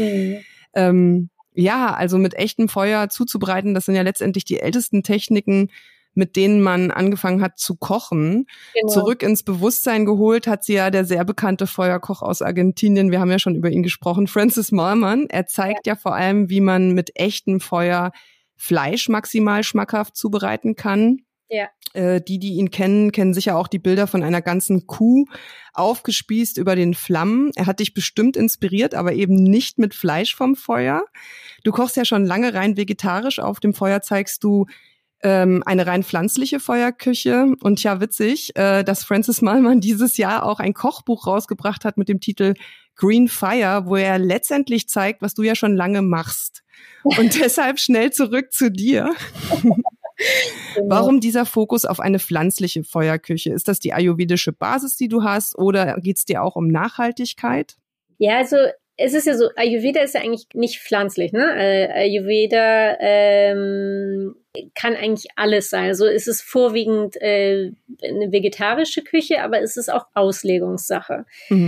Ja, also mit echtem Feuer zuzubereiten, das sind ja letztendlich die ältesten Techniken, mit denen man angefangen hat zu kochen. Genau. Zurück ins Bewusstsein geholt hat sie ja der sehr bekannte Feuerkoch aus Argentinien. Wir haben ja schon über ihn gesprochen, Francis Mallmann. Er zeigt ja vor allem, wie man mit echtem Feuer Fleisch maximal schmackhaft zubereiten kann. Ja. Die ihn kennen sicher auch die Bilder von einer ganzen Kuh aufgespießt über den Flammen. Er hat dich bestimmt inspiriert, aber eben nicht mit Fleisch vom Feuer. Du kochst ja schon lange rein vegetarisch. Auf dem Feuer zeigst du eine rein pflanzliche Feuerküche. Und ja, witzig, dass Francis Mallmann dieses Jahr auch ein Kochbuch rausgebracht hat mit dem Titel Green Fire, wo er letztendlich zeigt, was du ja schon lange machst. Und deshalb schnell zurück zu dir. Warum dieser Fokus auf eine pflanzliche Feuerküche? Ist das die ayurvedische Basis, die du hast, oder geht es dir auch um Nachhaltigkeit? Ja, also es ist ja so, Ayurveda ist ja eigentlich nicht pflanzlich, ne? Ayurveda kann eigentlich alles sein. Also es ist vorwiegend eine vegetarische Küche, aber es ist auch Auslegungssache.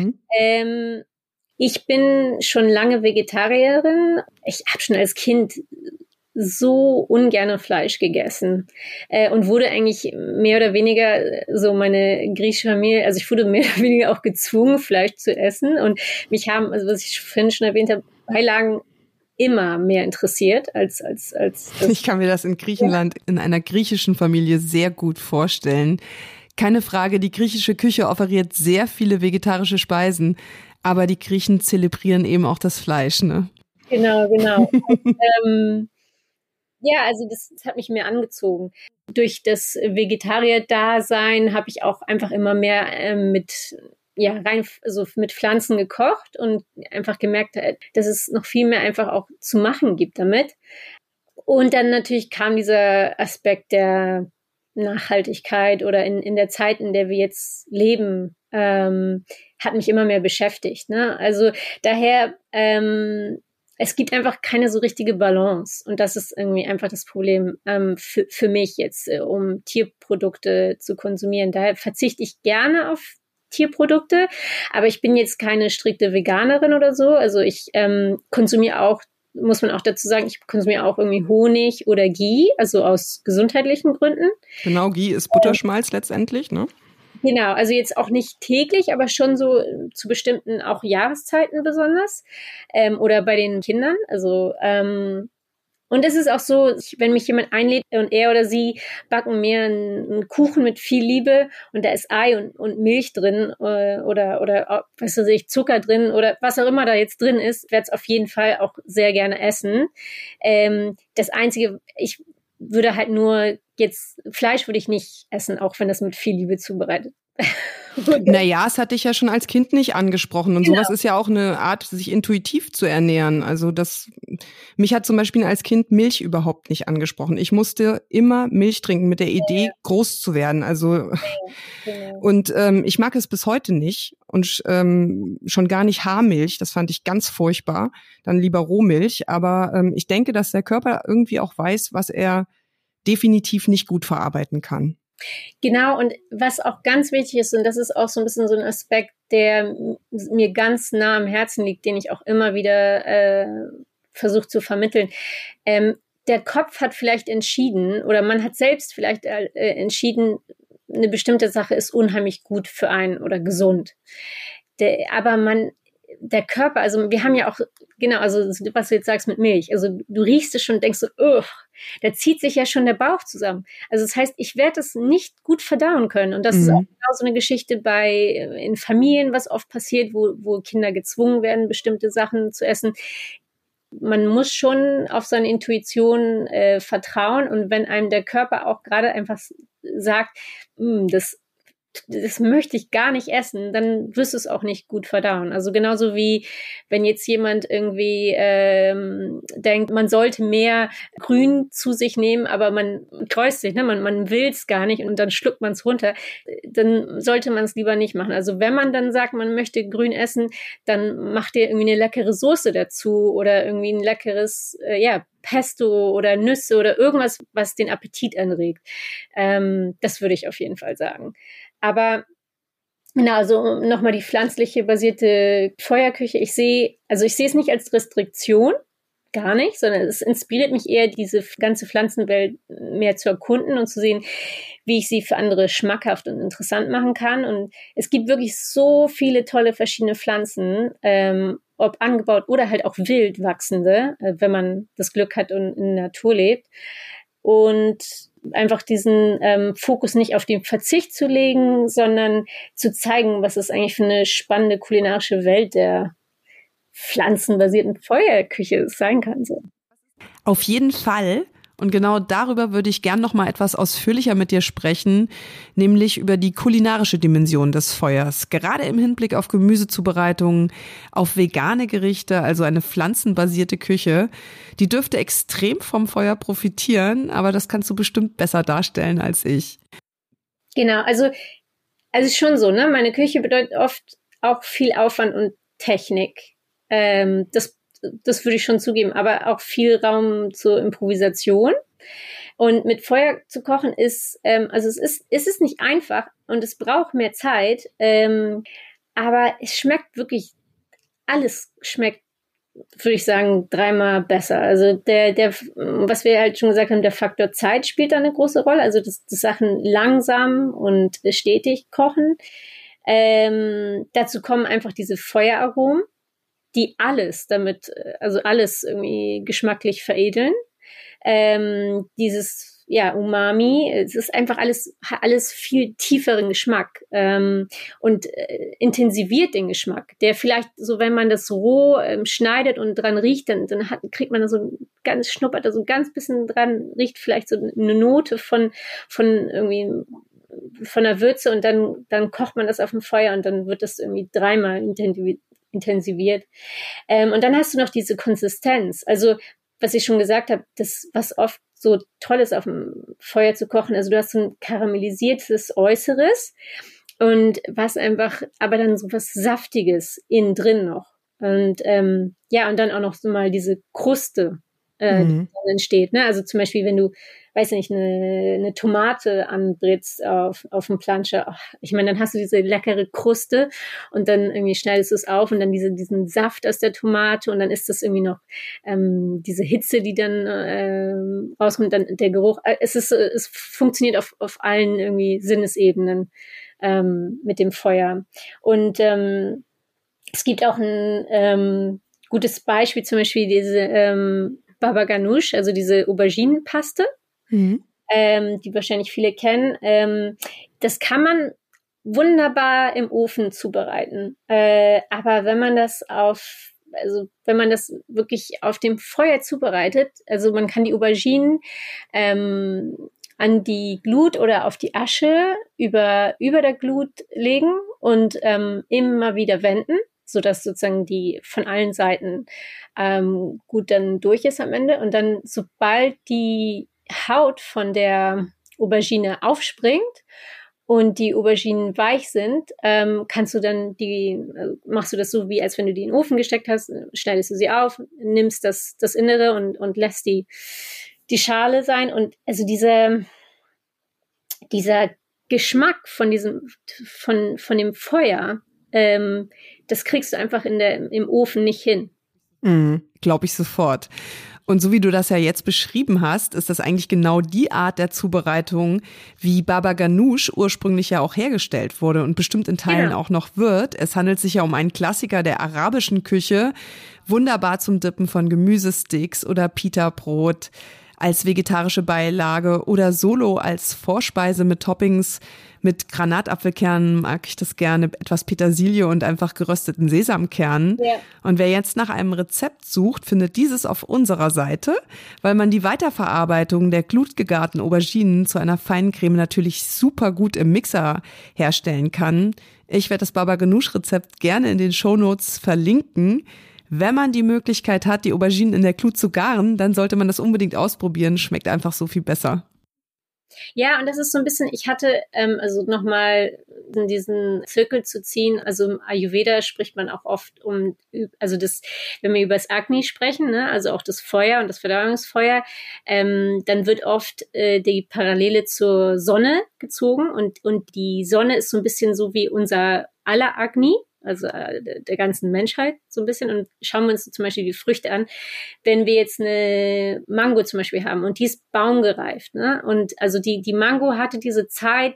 Ich bin schon lange Vegetarierin. Ich habe schon als Kind so ungerne Fleisch gegessen und wurde eigentlich mehr oder weniger so meine griechische Familie, also ich wurde mehr oder weniger auch gezwungen, Fleisch zu essen und mich haben, also was ich vorhin schon erwähnt habe, Beilagen immer mehr interessiert als ich kann mir das in Griechenland in einer griechischen Familie sehr gut vorstellen. Keine Frage, die griechische Küche offeriert sehr viele vegetarische Speisen, aber die Griechen zelebrieren eben auch das Fleisch, ne? Genau, genau. Ja, also das hat mich mehr angezogen. Durch das Vegetarier-Dasein habe ich auch einfach immer mehr mit Pflanzen gekocht und einfach gemerkt, dass es noch viel mehr einfach auch zu machen gibt damit. Und dann natürlich kam dieser Aspekt der Nachhaltigkeit oder in der Zeit, in der wir jetzt leben, hat mich immer mehr beschäftigt. Ne? Also daher, es gibt einfach keine so richtige Balance. Und das ist irgendwie einfach das Problem für mich jetzt, um Tierprodukte zu konsumieren. Daher verzichte ich gerne auf Tierprodukte, aber ich bin jetzt keine strikte Veganerin oder so. Also ich konsumiere auch, muss man auch dazu sagen, ich konsumiere auch irgendwie Honig oder Ghee, also aus gesundheitlichen Gründen. Genau, Ghee ist Butterschmalz letztendlich, ne? Genau, also jetzt auch nicht täglich, aber schon so zu bestimmten auch Jahreszeiten besonders oder bei den Kindern. Also und es ist auch so, wenn mich jemand einlädt und er oder sie backen mir einen Kuchen mit viel Liebe und da ist Ei und Milch drin oder was weiß ich, Zucker drin oder was auch immer da jetzt drin ist, werde es auf jeden Fall auch sehr gerne essen. Das Einzige, ich würde halt nur jetzt, Fleisch würde ich nicht essen, auch wenn das mit viel Liebe zubereitet. Naja, es hat dich ja schon als Kind nicht angesprochen und sowas ist ja auch eine Art, sich intuitiv zu ernähren. Also mich hat zum Beispiel als Kind Milch überhaupt nicht angesprochen. Ich musste immer Milch trinken mit der Idee, groß zu werden. Also und ich mag es bis heute nicht und schon gar nicht Haarmilch. Das fand ich ganz furchtbar. Dann lieber Rohmilch. Aber ich denke, dass der Körper irgendwie auch weiß, was er definitiv nicht gut verarbeiten kann. Genau, und was auch ganz wichtig ist, und das ist auch so ein bisschen so ein Aspekt, der mir ganz nah am Herzen liegt, den ich auch immer wieder versuche zu vermitteln. Der Kopf hat vielleicht entschieden, oder man hat selbst vielleicht entschieden, eine bestimmte Sache ist unheimlich gut für einen oder gesund. Aber der Körper, also wir haben ja auch, genau, also was du jetzt sagst mit Milch, also du riechst es schon und denkst so, da zieht sich ja schon der Bauch zusammen. Also das heißt, ich werde es nicht gut verdauen können. Und das ist auch genau so eine Geschichte in Familien, was oft passiert, wo Kinder gezwungen werden, bestimmte Sachen zu essen. Man muss schon auf seine Intuition vertrauen. Und wenn einem der Körper auch gerade einfach sagt, das möchte ich gar nicht essen, dann wirst du es auch nicht gut verdauen. Also genauso wie wenn jetzt jemand irgendwie denkt, man sollte mehr Grün zu sich nehmen, aber man kreust sich, ne? Man will es gar nicht und dann schluckt man es runter, dann sollte man es lieber nicht machen. Also wenn man dann sagt, man möchte Grün essen, dann macht ihr irgendwie eine leckere Soße dazu oder irgendwie ein leckeres, Pesto oder Nüsse oder irgendwas, was den Appetit anregt. Das würde ich auf jeden Fall sagen. Aber genau, also nochmal die pflanzliche basierte Feuerküche. Ich sehe es nicht als Restriktion, gar nicht, sondern es inspiriert mich eher, diese ganze Pflanzenwelt mehr zu erkunden und zu sehen, wie ich sie für andere schmackhaft und interessant machen kann. Und es gibt wirklich so viele tolle verschiedene Pflanzen, ob angebaut oder halt auch wild wachsende, wenn man das Glück hat und in der Natur lebt. Und einfach diesen Fokus nicht auf den Verzicht zu legen, sondern zu zeigen, was es eigentlich für eine spannende kulinarische Welt der pflanzenbasierten Feuerküche sein kann. So. Auf jeden Fall. Und genau darüber würde ich gern noch mal etwas ausführlicher mit dir sprechen, nämlich über die kulinarische Dimension des Feuers. Gerade im Hinblick auf Gemüsezubereitungen, auf vegane Gerichte, also eine pflanzenbasierte Küche. Die dürfte extrem vom Feuer profitieren, aber das kannst du bestimmt besser darstellen als ich. Genau, also schon so, ne? Meine Küche bedeutet oft auch viel Aufwand und Technik. Das würde ich schon zugeben, aber auch viel Raum zur Improvisation. Und mit Feuer zu kochen ist es ist nicht einfach und es braucht mehr Zeit, aber es schmeckt wirklich, alles schmeckt, würde ich sagen, dreimal besser. Also was wir halt schon gesagt haben, der Faktor Zeit spielt da eine große Rolle, also das Sachen langsam und stetig kochen. Dazu kommen einfach diese Feueraromen, die alles irgendwie geschmacklich veredeln. Dieses ja, Umami. Es ist einfach alles viel tieferen Geschmack und intensiviert den Geschmack, der vielleicht so, wenn man das roh schneidet und dran riecht, dann kriegt man da so ganz, schnuppert da so ein ganz bisschen dran, riecht vielleicht so eine Note von irgendwie von der Würze und dann kocht man das auf dem Feuer und dann wird das irgendwie dreimal intensiviert. Und dann hast du noch diese Konsistenz. Also, was ich schon gesagt habe, das, was oft so toll ist, auf dem Feuer zu kochen, also du hast so ein karamellisiertes Äußeres und was einfach, aber dann so was Saftiges innen drin noch. Und ja, und dann auch noch so mal diese Kruste, die dann entsteht. Ne? Also zum Beispiel, wenn du, weiß nicht, eine Tomate anbrätst auf dem Planscher, ich meine, dann hast du diese leckere Kruste und dann irgendwie schneidest du es auf und dann diesen Saft aus der Tomate und dann ist das irgendwie noch diese Hitze, die dann rauskommt, dann der Geruch. Es funktioniert auf allen irgendwie Sinnesebenen mit dem Feuer. Und es gibt auch ein gutes Beispiel, zum Beispiel diese Baba Ganoush, also diese Auberginenpaste, die wahrscheinlich viele kennen. Das kann man wunderbar im Ofen zubereiten. Aber wenn man das wirklich auf dem Feuer zubereitet, also man kann die Auberginen an die Glut oder auf die Asche über der Glut legen und immer wieder wenden, sodass sozusagen die von allen Seiten gut dann durch ist am Ende. Und dann, sobald die Haut von der Aubergine aufspringt und die Auberginen weich sind, kannst du dann machst du das so, wie als wenn du die in den Ofen gesteckt hast, schneidest du sie auf, nimmst das Innere und lässt die Schale sein. Und also dieser Geschmack von dem Feuer, das kriegst du einfach im Ofen nicht hin. Glaube ich sofort. Und so wie du das ja jetzt beschrieben hast, ist das eigentlich genau die Art der Zubereitung, wie Baba Ganoush ursprünglich ja auch hergestellt wurde und bestimmt in Teilen auch noch wird. Es handelt sich ja um einen Klassiker der arabischen Küche, wunderbar zum Dippen von Gemüsesticks oder Pita-Brot, als vegetarische Beilage oder solo als Vorspeise mit Toppings. Mit Granatapfelkernen mag ich das gerne, etwas Petersilie und einfach gerösteten Sesamkernen. Ja. Und wer jetzt nach einem Rezept sucht, findet dieses auf unserer Seite, weil man die Weiterverarbeitung der glutgegarten Auberginen zu einer feinen Creme natürlich super gut im Mixer herstellen kann. Ich werde das Baba Ganoush Rezept gerne in den Shownotes verlinken. Wenn man die Möglichkeit hat, die Auberginen in der Glut zu garen, dann sollte man das unbedingt ausprobieren. Schmeckt einfach so viel besser. Ja, und das ist so ein bisschen, ich hatte, also nochmal in diesen Zirkel zu ziehen, also im Ayurveda spricht man auch oft wenn wir über das Agni sprechen, ne, also auch das Feuer und das Verdauungsfeuer, dann wird oft die Parallele zur Sonne gezogen und die Sonne ist so ein bisschen so wie unser aller Agni, also der ganzen Menschheit so ein bisschen. Und schauen wir uns zum Beispiel die Früchte an. Wenn wir jetzt eine Mango zum Beispiel haben und die ist baumgereift, ne? Und also die Mango hatte diese Zeit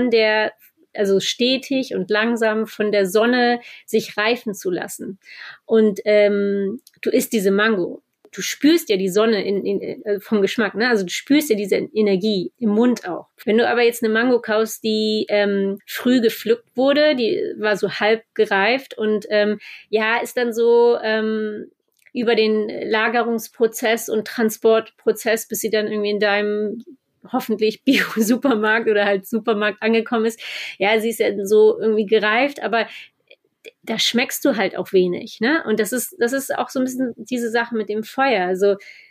also stetig und langsam von der Sonne sich reifen zu lassen. Und du isst diese Mango. Du spürst ja die Sonne vom Geschmack, ne? Also du spürst ja diese Energie im Mund auch. Wenn du aber jetzt eine Mango kaufst, die früh gepflückt wurde, die war so halb gereift und ist dann so über den Lagerungsprozess und Transportprozess, bis sie dann irgendwie in deinem hoffentlich Bio-Supermarkt oder halt Supermarkt angekommen ist. Ja, sie ist ja so irgendwie gereift, aber da schmeckst du halt auch wenig, ne? Und das ist auch so ein bisschen diese Sache mit dem Feuer. Also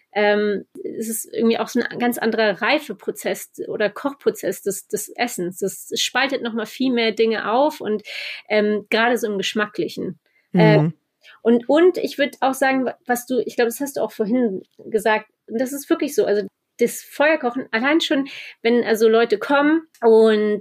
es ist irgendwie auch so ein ganz anderer Reifeprozess oder Kochprozess des Essens. Das spaltet nochmal viel mehr Dinge auf und gerade so im Geschmacklichen. Und ich würde auch sagen, ich glaube, das hast du auch vorhin gesagt, und das ist wirklich so, also das Feuerkochen, allein schon, wenn also Leute kommen und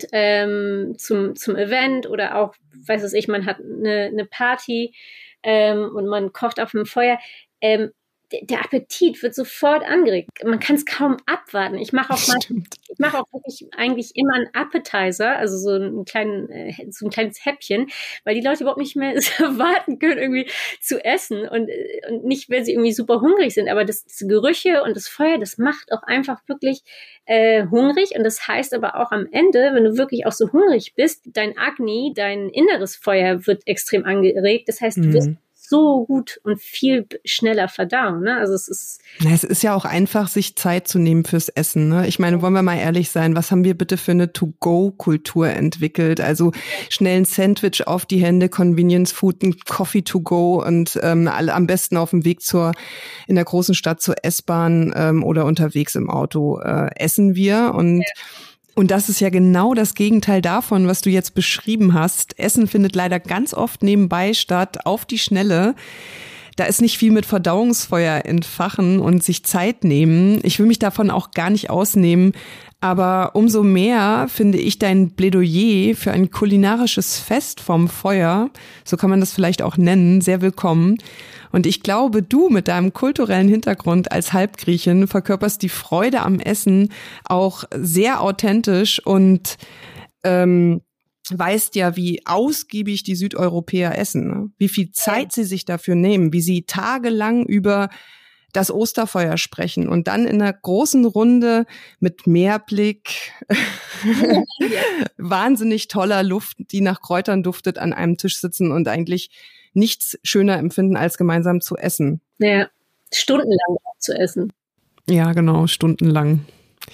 zum Event oder auch, weiß was ich, man hat eine Party und man kocht auf dem Feuer, der Appetit wird sofort angeregt. Man kann es kaum abwarten. Ich mache auch wirklich eigentlich immer einen Appetizer, also so ein kleines Häppchen, weil die Leute überhaupt nicht mehr warten können, irgendwie zu essen und nicht, weil sie irgendwie super hungrig sind, aber das Gerüche und das Feuer, das macht auch einfach wirklich hungrig, und das heißt aber auch am Ende, wenn du wirklich auch so hungrig bist, dein Agni, dein inneres Feuer wird extrem angeregt. Das heißt, du wirst so gut und viel schneller verdauen, ne? Also es ist ja auch einfach, sich Zeit zu nehmen fürs Essen, ne? Ich meine, wollen wir mal ehrlich sein, was haben wir bitte für eine To-Go-Kultur entwickelt? Also schnell ein Sandwich auf die Hände, Convenience Food, ein Coffee to go und am besten auf dem Weg in der großen Stadt zur S-Bahn oder unterwegs im Auto essen wir. Und das ist ja genau das Gegenteil davon, was du jetzt beschrieben hast. Essen findet leider ganz oft nebenbei statt, auf die Schnelle. Da ist nicht viel mit Verdauungsfeuer entfachen und sich Zeit nehmen. Ich will mich davon auch gar nicht ausnehmen. Aber umso mehr finde ich dein Plädoyer für ein kulinarisches Fest vom Feuer, so kann man das vielleicht auch nennen, sehr willkommen. Und ich glaube, du mit deinem kulturellen Hintergrund als Halbgriechin verkörperst die Freude am Essen auch sehr authentisch und weißt ja, wie ausgiebig die Südeuropäer essen, ne? Wie viel Zeit sie sich dafür nehmen, wie sie tagelang über das Osterfeuer sprechen und dann in einer großen Runde mit Meerblick, wahnsinnig toller Luft, die nach Kräutern duftet, an einem Tisch sitzen und eigentlich nichts schöner empfinden, als gemeinsam zu essen. Ja, stundenlang auch zu essen. Ja, genau, stundenlang.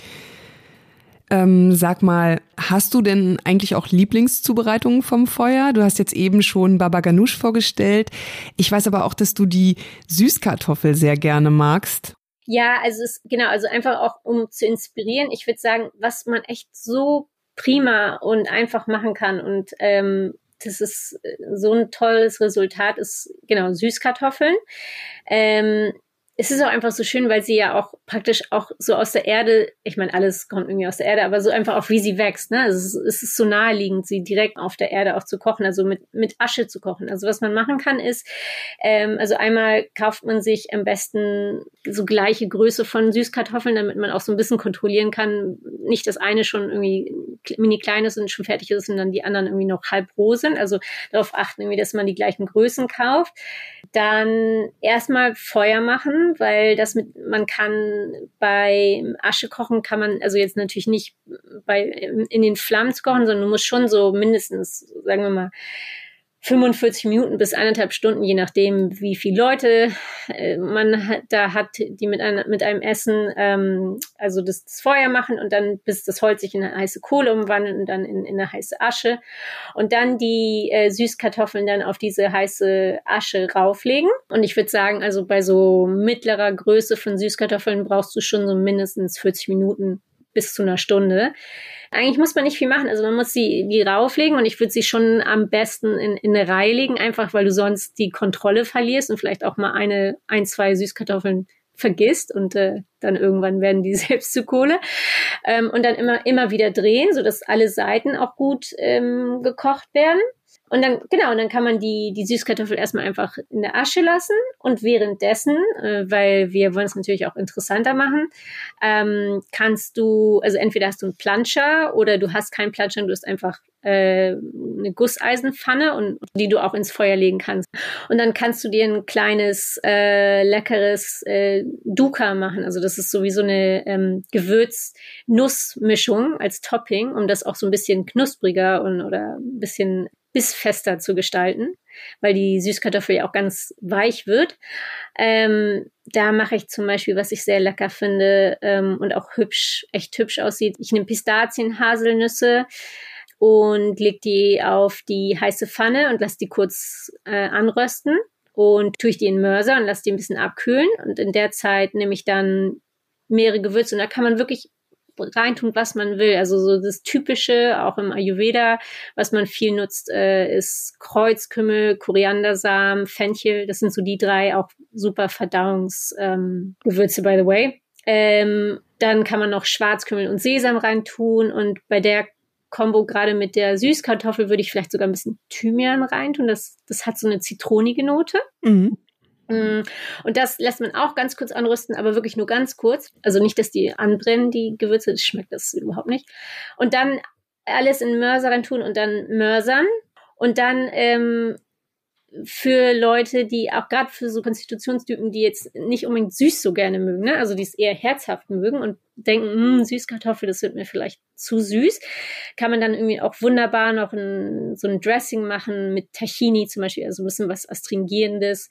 Sag mal, hast du denn eigentlich auch Lieblingszubereitungen vom Feuer? Du hast jetzt eben schon Baba Ganoush vorgestellt. Ich weiß aber auch, dass du die Süßkartoffel sehr gerne magst. Ja, also also einfach auch, um zu inspirieren. Ich würde sagen, was man echt so prima und einfach machen kann, und das ist so ein tolles Resultat, ist genau Süßkartoffeln. Es ist auch einfach so schön, weil sie ja auch praktisch auch so aus der Erde, ich meine, alles kommt irgendwie aus der Erde, aber so einfach auch, wie sie wächst, ne? Also es ist so naheliegend, sie direkt auf der Erde auch zu kochen, also mit Asche zu kochen. Also was man machen kann ist, also einmal kauft man sich am besten so gleiche Größe von Süßkartoffeln, damit man auch so ein bisschen kontrollieren kann, nicht das eine schon irgendwie mini klein ist und schon fertig ist und dann die anderen irgendwie noch halb roh sind. Also darauf achten irgendwie, dass man die gleichen Größen kauft. Dann erstmal Feuer machen, weil man kann bei Asche kochen, kann man also jetzt natürlich nicht in den Flammen zu kochen, sondern du musst schon so mindestens, sagen wir mal, 45 Minuten bis 1,5 Stunden, je nachdem, wie viele Leute man hat, die mit einem essen, also das Feuer machen und dann bis das Holz sich in eine heiße Kohle umwandelt und dann in eine heiße Asche und dann die Süßkartoffeln dann auf diese heiße Asche rauflegen. Und ich würde sagen, also bei so mittlerer Größe von Süßkartoffeln brauchst du schon so mindestens 40 Minuten bis zu einer Stunde. Eigentlich muss man nicht viel machen, also man muss die rauflegen und ich würde sie schon am besten in eine Reihe legen, einfach weil du sonst die Kontrolle verlierst und vielleicht auch mal zwei Süßkartoffeln vergisst und dann irgendwann werden die selbst zu Kohle. Und dann immer wieder drehen, sodass alle Seiten auch gut gekocht werden. Und dann kann man die Süßkartoffel erstmal einfach in der Asche lassen und währenddessen, weil wir wollen es natürlich auch interessanter machen, kannst du, also entweder hast du einen Planscher oder du hast keinen Planscher und du hast einfach eine Gusseisenpfanne und die du auch ins Feuer legen kannst. Und dann kannst du dir ein kleines, leckeres Duka machen. Also das ist sowieso eine Gewürz-Nuss-Mischung als Topping, um das auch so ein bisschen knuspriger oder ein bisschen bissfester zu gestalten, weil die Süßkartoffel ja auch ganz weich wird. Da mache ich zum Beispiel, was ich sehr lecker finde und auch echt hübsch aussieht. Ich nehme Pistazien, Haselnüsse und leg die auf die heiße Pfanne und lasse die kurz anrösten und tue ich die in den Mörser und lasse die ein bisschen abkühlen. Und in der Zeit nehme ich dann mehrere Gewürze und da kann man wirklich reintun, was man will. Also so das Typische, auch im Ayurveda, was man viel nutzt, ist Kreuzkümmel, Koriandersamen, Fenchel. Das sind so die 3 auch super Verdauungsgewürze, by the way. Dann kann man noch Schwarzkümmel und Sesam reintun und bei der Kombo gerade mit der Süßkartoffel würde ich vielleicht sogar ein bisschen Thymian reintun. Das hat so eine zitronige Note. Mhm. Und das lässt man auch ganz kurz anrösten, aber wirklich nur ganz kurz. Also nicht, dass die anbrennen, die Gewürze, das schmeckt das überhaupt nicht. Und dann alles in den Mörser rein tun und dann mörsern. Und dann für Leute, die auch gerade für so Konstitutionstypen, die jetzt nicht unbedingt süß so gerne mögen, ne? Also die es eher herzhaft mögen und denken, Süßkartoffel, das wird mir vielleicht zu süß, kann man dann irgendwie auch wunderbar noch so ein Dressing machen mit Tahini zum Beispiel, also ein bisschen was Astringierendes,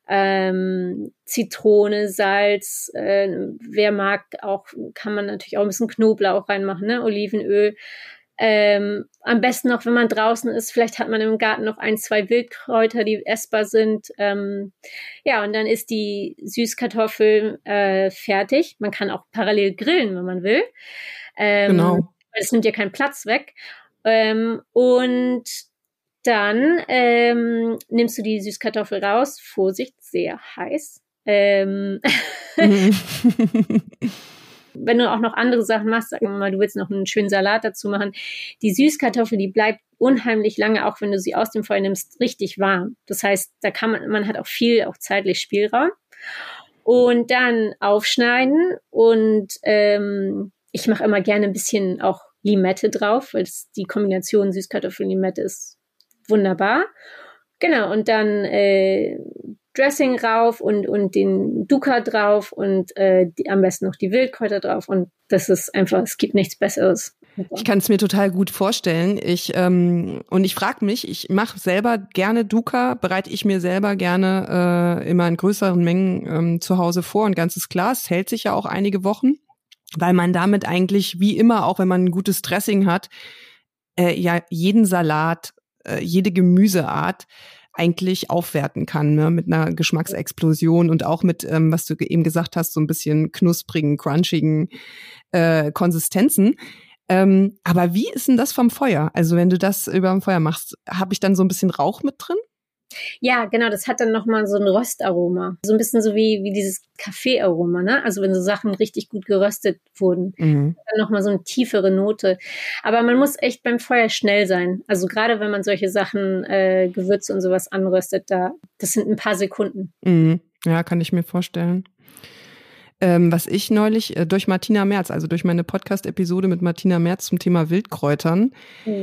Zitrone, Salz, wer mag auch, kann man natürlich auch ein bisschen Knoblauch reinmachen, ne? Olivenöl. Am besten noch, wenn man draußen ist, vielleicht hat man im Garten noch 1, 2 Wildkräuter, die essbar sind. Ja, und dann ist die Süßkartoffel fertig. Man kann auch parallel grillen, wenn man will. Genau. Es nimmt ja keinen Platz weg. Und dann nimmst du die Süßkartoffel raus. Vorsicht, sehr heiß. Wenn du auch noch andere Sachen machst, sagen wir mal, du willst noch einen schönen Salat dazu machen, die Süßkartoffel, die bleibt unheimlich lange, auch wenn du sie aus dem Feuer nimmst, richtig warm. Das heißt, da kann man hat auch viel, auch zeitlich Spielraum. Und dann aufschneiden und ich mache immer gerne ein bisschen auch Limette drauf, weil die Kombination Süßkartoffel-Limette ist wunderbar. Genau, und dann Dressing rauf und den Duka drauf und am besten noch die Wildkräuter drauf und das ist einfach, es gibt nichts Besseres. Ich kann es mir total gut vorstellen. Ich frage mich, ich mache selber gerne Duka, bereite ich mir selber gerne immer in größeren Mengen zu Hause vor. Ein ganzes Glas hält sich ja auch einige Wochen, weil man damit eigentlich wie immer, auch wenn man ein gutes Dressing hat, ja jeden Salat, jede Gemüseart eigentlich aufwerten kann, ne? Mit einer Geschmacksexplosion und auch mit, was du eben gesagt hast, so ein bisschen knusprigen, crunchigen Konsistenzen. Aber wie ist denn das vom Feuer? Also wenn du das über dem Feuer machst, habe ich dann so ein bisschen Rauch mit drin? Ja, genau, das hat dann nochmal so ein Röstaroma. So ein bisschen so wie dieses Kaffeearoma, ne? Also wenn so Sachen richtig gut geröstet wurden. Dann nochmal so eine tiefere Note. Aber man muss echt beim Feuer schnell sein. Also gerade wenn man solche Sachen, Gewürze und sowas anröstet, das sind ein paar Sekunden. Ja, kann ich mir vorstellen. Was ich neulich durch Martina Merz, also durch meine Podcast-Episode mit Martina Merz zum Thema Wildkräutern,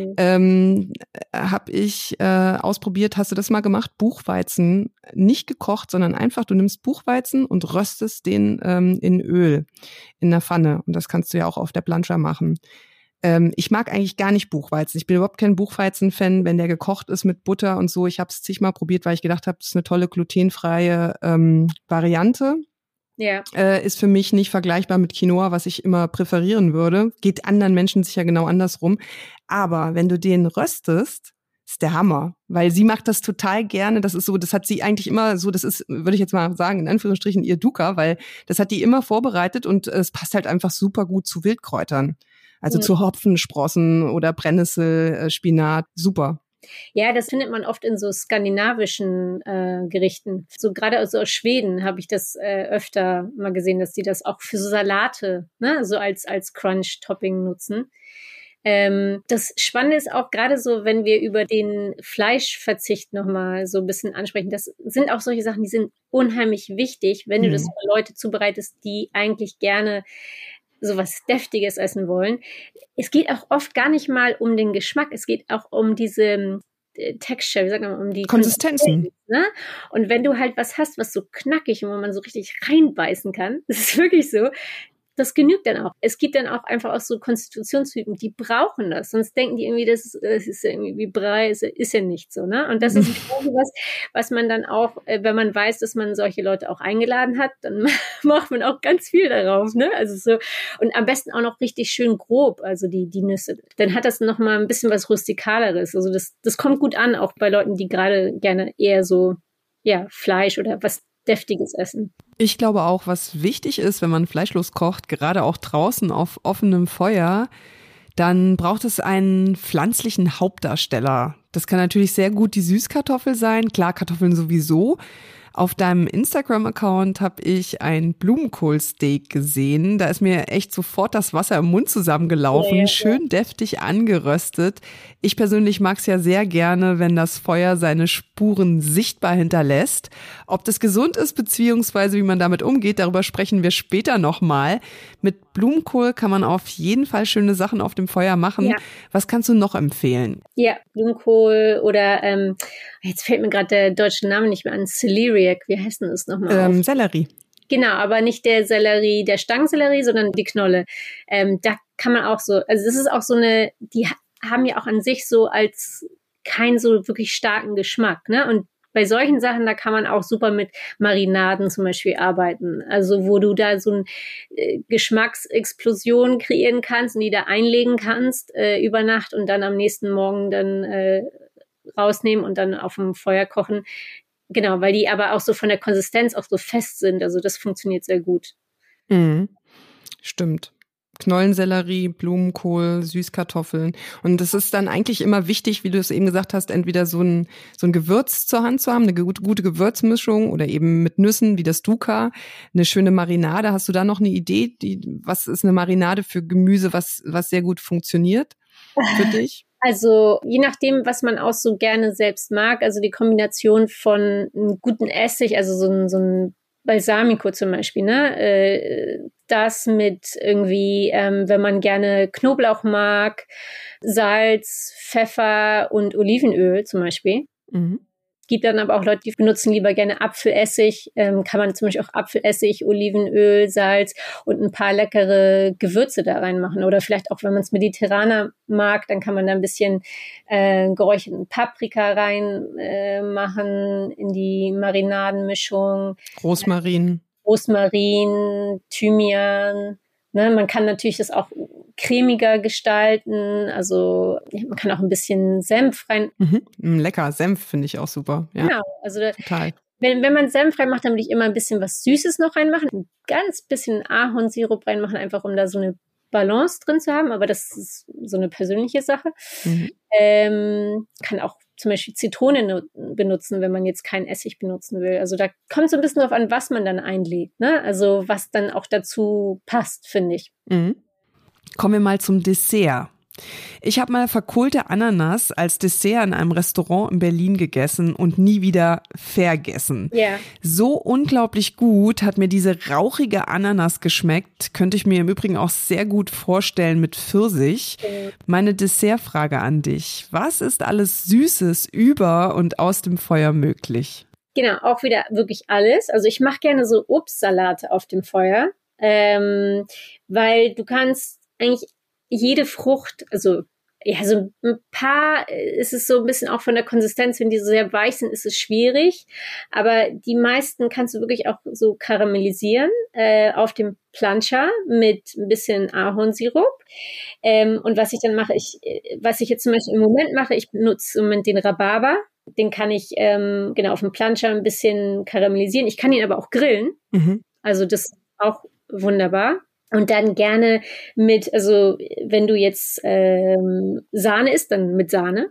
habe ich ausprobiert, hast du das mal gemacht? Buchweizen, nicht gekocht, sondern einfach, du nimmst Buchweizen und röstest den in Öl in der Pfanne. Und das kannst du ja auch auf der Plancha machen. Ich mag eigentlich gar nicht Buchweizen. Ich bin überhaupt kein Buchweizen-Fan, wenn der gekocht ist mit Butter und so. Ich habe es zigmal probiert, weil ich gedacht habe, das ist eine tolle glutenfreie Variante. Ja. Ist für mich nicht vergleichbar mit Quinoa, was ich immer präferieren würde. Geht anderen Menschen sicher genau andersrum. Aber wenn du den röstest, ist der Hammer. Weil sie macht das total gerne. Das ist so, das hat sie eigentlich immer so, das ist, würde ich jetzt mal sagen, in Anführungsstrichen ihr Duka, weil das hat die immer vorbereitet und es passt halt einfach super gut zu Wildkräutern. Also zu Hopfensprossen oder Brennnessel, Spinat. Super. Ja, das findet man oft in so skandinavischen Gerichten. So gerade aus Schweden habe ich das öfter mal gesehen, dass die das auch für so Salate, ne, so als Crunch-Topping nutzen. Das Spannende ist auch gerade so, wenn wir über den Fleischverzicht nochmal so ein bisschen ansprechen, das sind auch solche Sachen, die sind unheimlich wichtig, wenn du das für Leute zubereitest, die eigentlich gerne sowas Deftiges essen wollen. Es geht auch oft gar nicht mal um den Geschmack, es geht auch um diese Texture, wie sagt man, um die Konsistenzen. Ne? Und wenn du halt was hast, was so knackig und wo man so richtig reinbeißen kann, das ist wirklich so, das genügt dann auch. Es gibt dann auch einfach so Konstitutionstypen, die brauchen das. Sonst denken die irgendwie, das ist irgendwie wie Brei, ist ja nicht so, ne? Und das ist was man dann auch, wenn man weiß, dass man solche Leute auch eingeladen hat, dann macht man auch ganz viel darauf, ne? Also so, und am besten auch noch richtig schön grob, also die Nüsse. Dann hat das nochmal ein bisschen was Rustikaleres. Also das kommt gut an, auch bei Leuten, die gerade gerne eher so, ja, Fleisch oder was Deftiges essen. Ich glaube auch, was wichtig ist, wenn man fleischlos kocht, gerade auch draußen auf offenem Feuer, dann braucht es einen pflanzlichen Hauptdarsteller. Das kann natürlich sehr gut die Süßkartoffel sein, klar, Kartoffeln sowieso, Auf deinem Instagram-Account habe ich ein Blumenkohlsteak gesehen. Da ist mir echt sofort das Wasser im Mund zusammengelaufen, Ja. schön deftig angeröstet. Ich persönlich mag es ja sehr gerne, wenn das Feuer seine Spuren sichtbar hinterlässt. Ob das gesund ist, beziehungsweise wie man damit umgeht, darüber sprechen wir später nochmal. Mit Blumenkohl kann man auf jeden Fall schöne Sachen auf dem Feuer machen. Ja. Was kannst du noch empfehlen? Ja, Blumenkohl oder jetzt fällt mir gerade der deutsche Name nicht mehr an, Celeriac, wie heißt denn das nochmal? Sellerie. Genau, aber nicht der Sellerie, der Stangensellerie, sondern die Knolle. Da kann man auch so, also das ist auch so eine, die haben ja auch an sich so als keinen so wirklich starken Geschmack, ne? Und bei solchen Sachen, da kann man auch super mit Marinaden zum Beispiel arbeiten. Also wo du da so eine Geschmacksexplosion kreieren kannst und die da einlegen kannst über Nacht und dann am nächsten Morgen dann rausnehmen und dann auf dem Feuer kochen. Genau, weil die aber auch so von der Konsistenz auch so fest sind. Also das funktioniert sehr gut. Mhm. Stimmt. Knollensellerie, Blumenkohl, Süßkartoffeln. Und das ist dann eigentlich immer wichtig, wie du es eben gesagt hast, entweder so ein Gewürz zur Hand zu haben, eine gute Gewürzmischung oder eben mit Nüssen wie das Duka, eine schöne Marinade. Hast du da noch eine Idee? Was ist eine Marinade für Gemüse, was sehr gut funktioniert für dich? Also je nachdem, was man auch so gerne selbst mag, also die Kombination von einem guten Essig, also so ein Balsamico zum Beispiel, ne? Das mit irgendwie, wenn man gerne Knoblauch mag, Salz, Pfeffer und Olivenöl zum Beispiel. Mhm. Gibt dann aber auch Leute, die benutzen lieber gerne Apfelessig. Kann man zum Beispiel auch Apfelessig, Olivenöl, Salz und ein paar leckere Gewürze da reinmachen. Oder vielleicht auch, wenn man es mediterraner mag, dann kann man da ein bisschen geräucherten Paprika reinmachen in die Marinadenmischung. Rosmarin, Thymian. Ne, man kann natürlich das auch cremiger gestalten. Also man kann auch ein bisschen Senf rein. Lecker, Senf finde ich auch super. Ja, genau, also total. Wenn man Senf reinmacht, dann würde ich immer ein bisschen was Süßes noch reinmachen. Ein ganz bisschen Ahornsirup reinmachen, einfach um da so eine Balance drin zu haben. Aber das ist so eine persönliche Sache. Kann auch zum Beispiel Zitrone benutzen, wenn man jetzt keinen Essig benutzen will. Also da kommt so ein bisschen drauf an, was man dann einlegt, ne? Also was dann auch dazu passt, finde ich. Mhm. Kommen wir mal zum Dessert. Ich habe mal verkohlte Ananas als Dessert in einem Restaurant in Berlin gegessen und nie wieder vergessen. Ja. So unglaublich gut hat mir diese rauchige Ananas geschmeckt. Könnte ich mir im Übrigen auch sehr gut vorstellen mit Pfirsich. Meine Dessertfrage an dich. Was ist alles Süßes über und aus dem Feuer möglich? Genau, auch wieder wirklich alles. Also ich mache gerne so Obstsalate auf dem Feuer, weil du kannst eigentlich jede Frucht, also ja, so ein paar ist es so ein bisschen auch von der Konsistenz, wenn die so sehr weich sind, ist es schwierig. Aber die meisten kannst du wirklich auch so karamellisieren auf dem Plancha mit ein bisschen Ahornsirup. Und was ich dann mache, was ich jetzt zum Beispiel im Moment mache, ich benutze im Moment den Rhabarber. Den kann ich genau auf dem Plancha ein bisschen karamellisieren. Ich kann ihn aber auch grillen. Also das ist auch wunderbar. Und dann gerne mit, also wenn du jetzt Sahne isst, dann mit Sahne.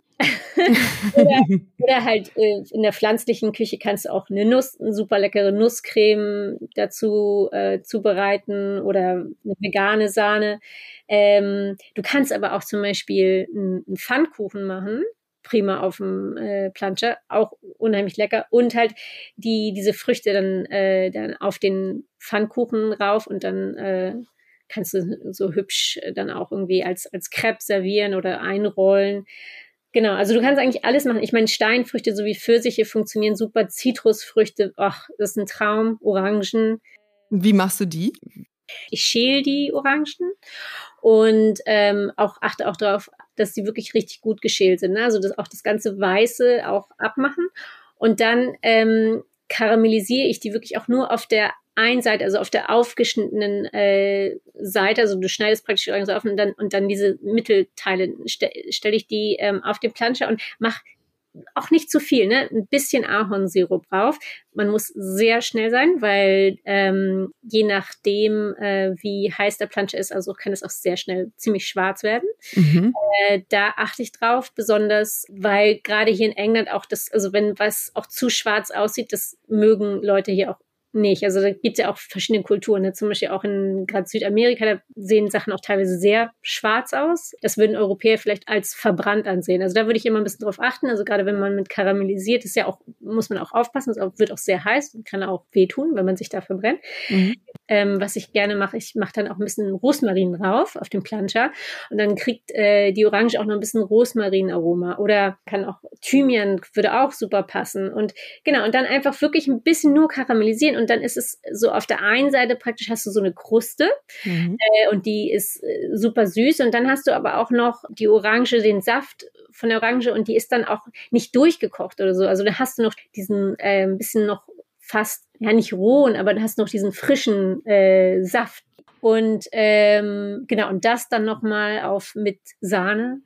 oder halt in der pflanzlichen Küche kannst du auch eine super leckere Nusscreme dazu zubereiten oder eine vegane Sahne. Du kannst aber auch zum Beispiel einen Pfannkuchen machen. Prima auf dem Plancha, auch unheimlich lecker. Und halt diese Früchte dann auf den Pfannkuchen rauf und dann kannst du so hübsch dann auch irgendwie als Crepe servieren oder einrollen. Genau, also du kannst eigentlich alles machen. Ich meine, Steinfrüchte sowie Pfirsiche funktionieren super. Zitrusfrüchte, ach, das ist ein Traum. Orangen. Wie machst du die? Ich schäle die Orangen und achte auch darauf, dass die wirklich richtig gut geschält sind. Ne? Also auch das ganze Weiße auch abmachen. Und dann karamellisiere ich die wirklich auch nur auf der einen Seite, also auf der aufgeschnittenen Seite. Also du schneidest praktisch die Orangen auf und dann diese Mittelteile stelle ich die auf den Plancha und mache auch nicht zu viel, ne? Ein bisschen Ahornsirup drauf. Man muss sehr schnell sein, weil je nachdem, wie heiß der Planscher ist, also kann es auch sehr schnell ziemlich schwarz werden. Mhm. Da achte ich drauf, besonders, weil gerade hier in England auch das, also wenn was auch zu schwarz aussieht, das mögen Leute hier auch nicht. Also da gibt es ja auch verschiedene Kulturen. Ne? Zum Beispiel auch in gerade Südamerika, da sehen Sachen auch teilweise sehr schwarz aus. Das würden Europäer vielleicht als verbrannt ansehen. Also da würde ich immer ein bisschen drauf achten. Also gerade wenn man mit karamellisiert, ist ja auch, muss man auch aufpassen. Es wird auch sehr heiß und kann auch wehtun, wenn man sich da verbrennt. Mhm. Was ich gerne mache, ich mache dann auch ein bisschen Rosmarin drauf auf den Planscher und dann kriegt die Orange auch noch ein bisschen Rosmarinaroma oder kann auch Thymian würde auch super passen und genau und dann einfach wirklich ein bisschen nur karamellisieren und dann ist es so auf der einen Seite praktisch hast du so eine Kruste und die ist super süß und dann hast du aber auch noch die Orange, den Saft von der Orange und die ist dann auch nicht durchgekocht oder so, also da hast du noch diesen bisschen noch fast, ja nicht rohen, aber du hast noch diesen frischen Saft. Und genau, und das dann nochmal auf mit Sahne.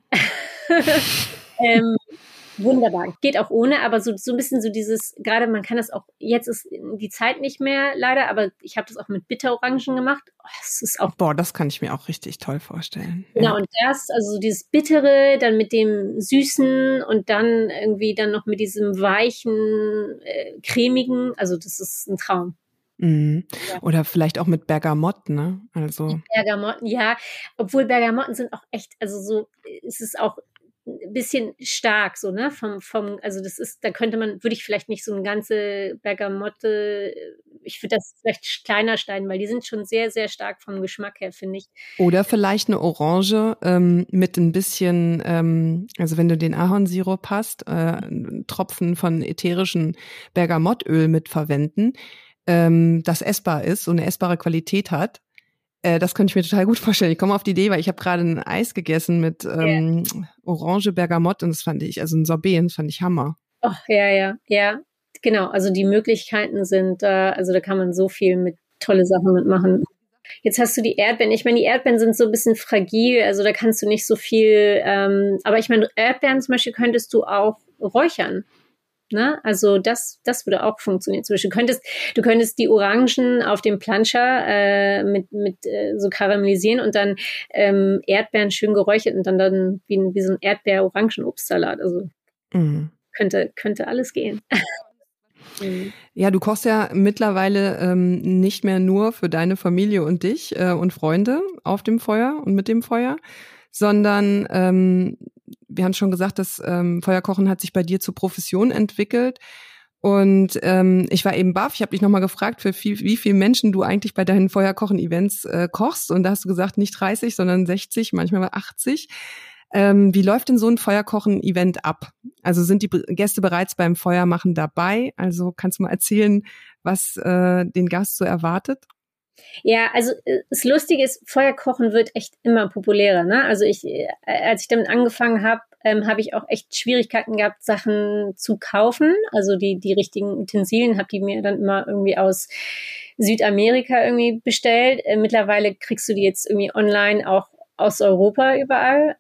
Wunderbar. Geht auch ohne, aber so ein bisschen so dieses, gerade man kann das auch, jetzt ist die Zeit nicht mehr leider, aber ich habe das auch mit Bitterorangen gemacht. Oh, das ist auch. Boah, das kann ich mir auch richtig toll vorstellen. Genau, Ja. und das, also so dieses Bittere, dann mit dem Süßen und dann irgendwie dann noch mit diesem weichen, cremigen, also das ist ein Traum. Mhm. Ja. Oder vielleicht auch mit Bergamott, ne? Also. Bergamotten, ja. Obwohl Bergamotten sind auch echt, also so, es ist auch ein bisschen stark, so, ne? Also das ist, da würde ich vielleicht nicht so eine ganze Bergamotte, ich würde das vielleicht kleiner schneiden, weil die sind schon sehr, sehr stark vom Geschmack her, finde ich. Oder vielleicht eine Orange mit ein bisschen, also wenn du den Ahornsirup hast, einen Tropfen von ätherischen Bergamottöl mit verwenden, das essbar ist, so eine essbare Qualität hat. Das könnte ich mir total gut vorstellen. Ich komme auf die Idee, weil ich habe gerade ein Eis gegessen mit Orange, Bergamott und das fand ich, also ein Sorbet, das fand ich Hammer. Oh, ja. Genau, also die Möglichkeiten sind da, also da kann man so viel mit tolle Sachen mitmachen. Jetzt hast du die Erdbeeren. Ich meine, die Erdbeeren sind so ein bisschen fragil, also da kannst du nicht so viel, aber ich meine, Erdbeeren zum Beispiel könntest du auch räuchern. Ne? Also das würde auch funktionieren. Zum Beispiel du könntest die Orangen auf dem Planscher mit so karamellisieren und dann Erdbeeren schön geräuchert und dann wie so ein Erdbeer-Orangen-Obstsalat. Also könnte alles gehen. Ja, du kochst ja mittlerweile nicht mehr nur für deine Familie und dich und Freunde auf dem Feuer und mit dem Feuer, sondern wir haben schon gesagt, das Feuerkochen hat sich bei dir zur Profession entwickelt. Und ich war eben baff, ich habe dich nochmal gefragt, wie viele Menschen du eigentlich bei deinen Feuerkochen-Events kochst. Und da hast du gesagt, nicht 30, sondern 60, manchmal 80. Wie läuft denn so ein Feuerkochen-Event ab? Also sind die Gäste bereits beim Feuermachen dabei? Also kannst du mal erzählen, was den Gast so erwartet? Ja, also das Lustige ist, Feuerkochen wird echt immer populärer. Ne? Also als ich damit angefangen habe, habe ich auch echt Schwierigkeiten gehabt, Sachen zu kaufen. Also die richtigen Utensilien habe die mir dann immer irgendwie aus Südamerika irgendwie bestellt. Mittlerweile kriegst du die jetzt irgendwie online auch aus Europa überall.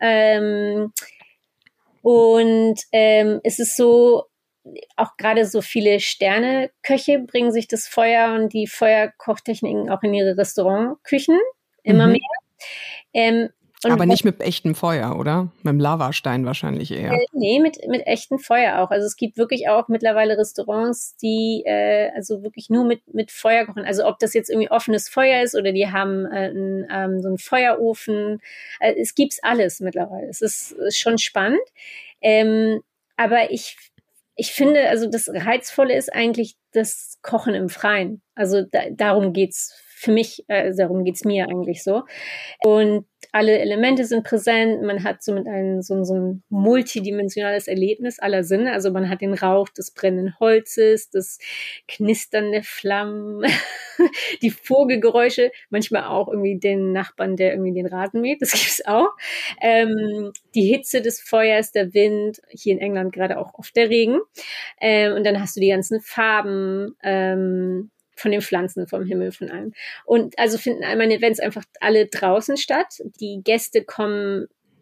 Es ist so, auch gerade so viele Sterneköche bringen sich das Feuer und die Feuerkochtechniken auch in ihre Restaurantküchen immer mehr. Aber nicht mit echtem Feuer, oder? Mit dem Lavastein wahrscheinlich eher. Nee, mit echtem Feuer auch. Also es gibt wirklich auch mittlerweile Restaurants, die also wirklich nur mit Feuer kochen. Also ob das jetzt irgendwie offenes Feuer ist oder die haben so einen Feuerofen. Es gibt's alles mittlerweile. Es ist schon spannend. Aber ich finde, also das Reizvolle ist eigentlich das Kochen im Freien. Also darum geht's für mich, darum geht's mir eigentlich so. Und alle Elemente sind präsent. Man hat somit so ein multidimensionales Erlebnis aller Sinne. Also man hat den Rauch des brennenden Holzes, das Knistern der Flammen, die Vogelgeräusche, manchmal auch irgendwie den Nachbarn, der irgendwie den Rasen mäht. Das gibt's auch. Die Hitze des Feuers, der Wind, hier in England gerade auch oft der Regen. Und dann hast du die ganzen Farben, von den Pflanzen, vom Himmel, von allem. Und also finden all meine Events einfach alle draußen statt. Die Gäste kommen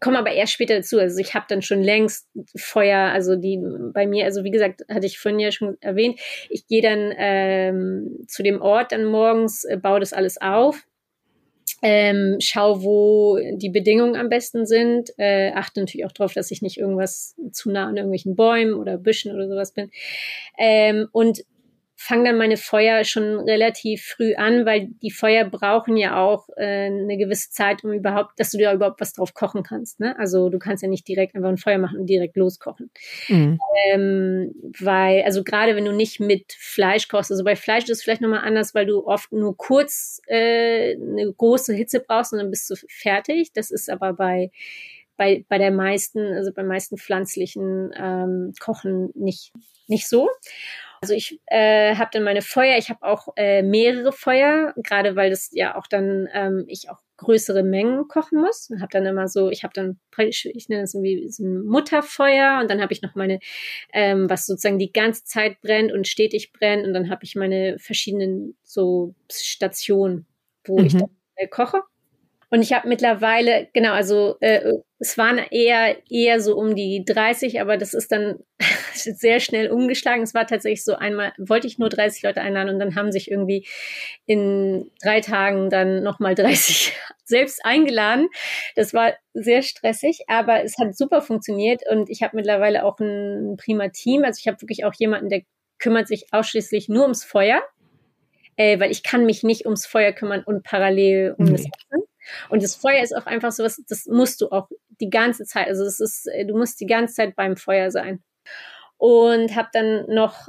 komme aber erst später dazu. Also ich habe dann schon längst Feuer, also die bei mir, also wie gesagt, hatte ich vorhin ja schon erwähnt, ich gehe dann zu dem Ort dann morgens, baue das alles auf. Schau, wo die Bedingungen am besten sind, achte natürlich auch darauf, dass ich nicht irgendwas zu nah an irgendwelchen Bäumen oder Büschen oder sowas bin. Und fange dann meine Feuer schon relativ früh an, weil die Feuer brauchen ja auch eine gewisse Zeit, um dass du da überhaupt was drauf kochen kannst. Ne? Also du kannst ja nicht direkt einfach ein Feuer machen und direkt loskochen. Mhm. Weil, also gerade wenn du nicht mit Fleisch kochst, also bei Fleisch ist es vielleicht nochmal anders, weil du oft nur kurz eine große Hitze brauchst und dann bist du fertig. Das ist aber bei beim meisten pflanzlichen Kochen nicht so. Also ich habe dann meine Feuer, ich habe auch mehrere Feuer, gerade weil das ja auch dann ich auch größere Mengen kochen muss. Und habe dann immer so, ich nenne das irgendwie so ein Mutterfeuer und dann habe ich noch meine, was sozusagen die ganze Zeit brennt und stetig brennt und dann habe ich meine verschiedenen so Stationen, wo ich dann koche. Und ich habe mittlerweile, genau, also es waren eher so um die 30, aber das ist dann sehr schnell umgeschlagen. Es war tatsächlich so, einmal wollte ich nur 30 Leute einladen und dann haben sich irgendwie in 3 Tagen dann nochmal 30 selbst eingeladen. Das war sehr stressig, aber es hat super funktioniert und ich habe mittlerweile auch ein prima Team. Also ich habe wirklich auch jemanden, der kümmert sich ausschließlich nur ums Feuer, weil ich kann mich nicht ums Feuer kümmern und parallel um das Essen. Und das Feuer ist auch einfach sowas, das musst du auch die ganze Zeit, also du musst die ganze Zeit beim Feuer sein. Und habe dann noch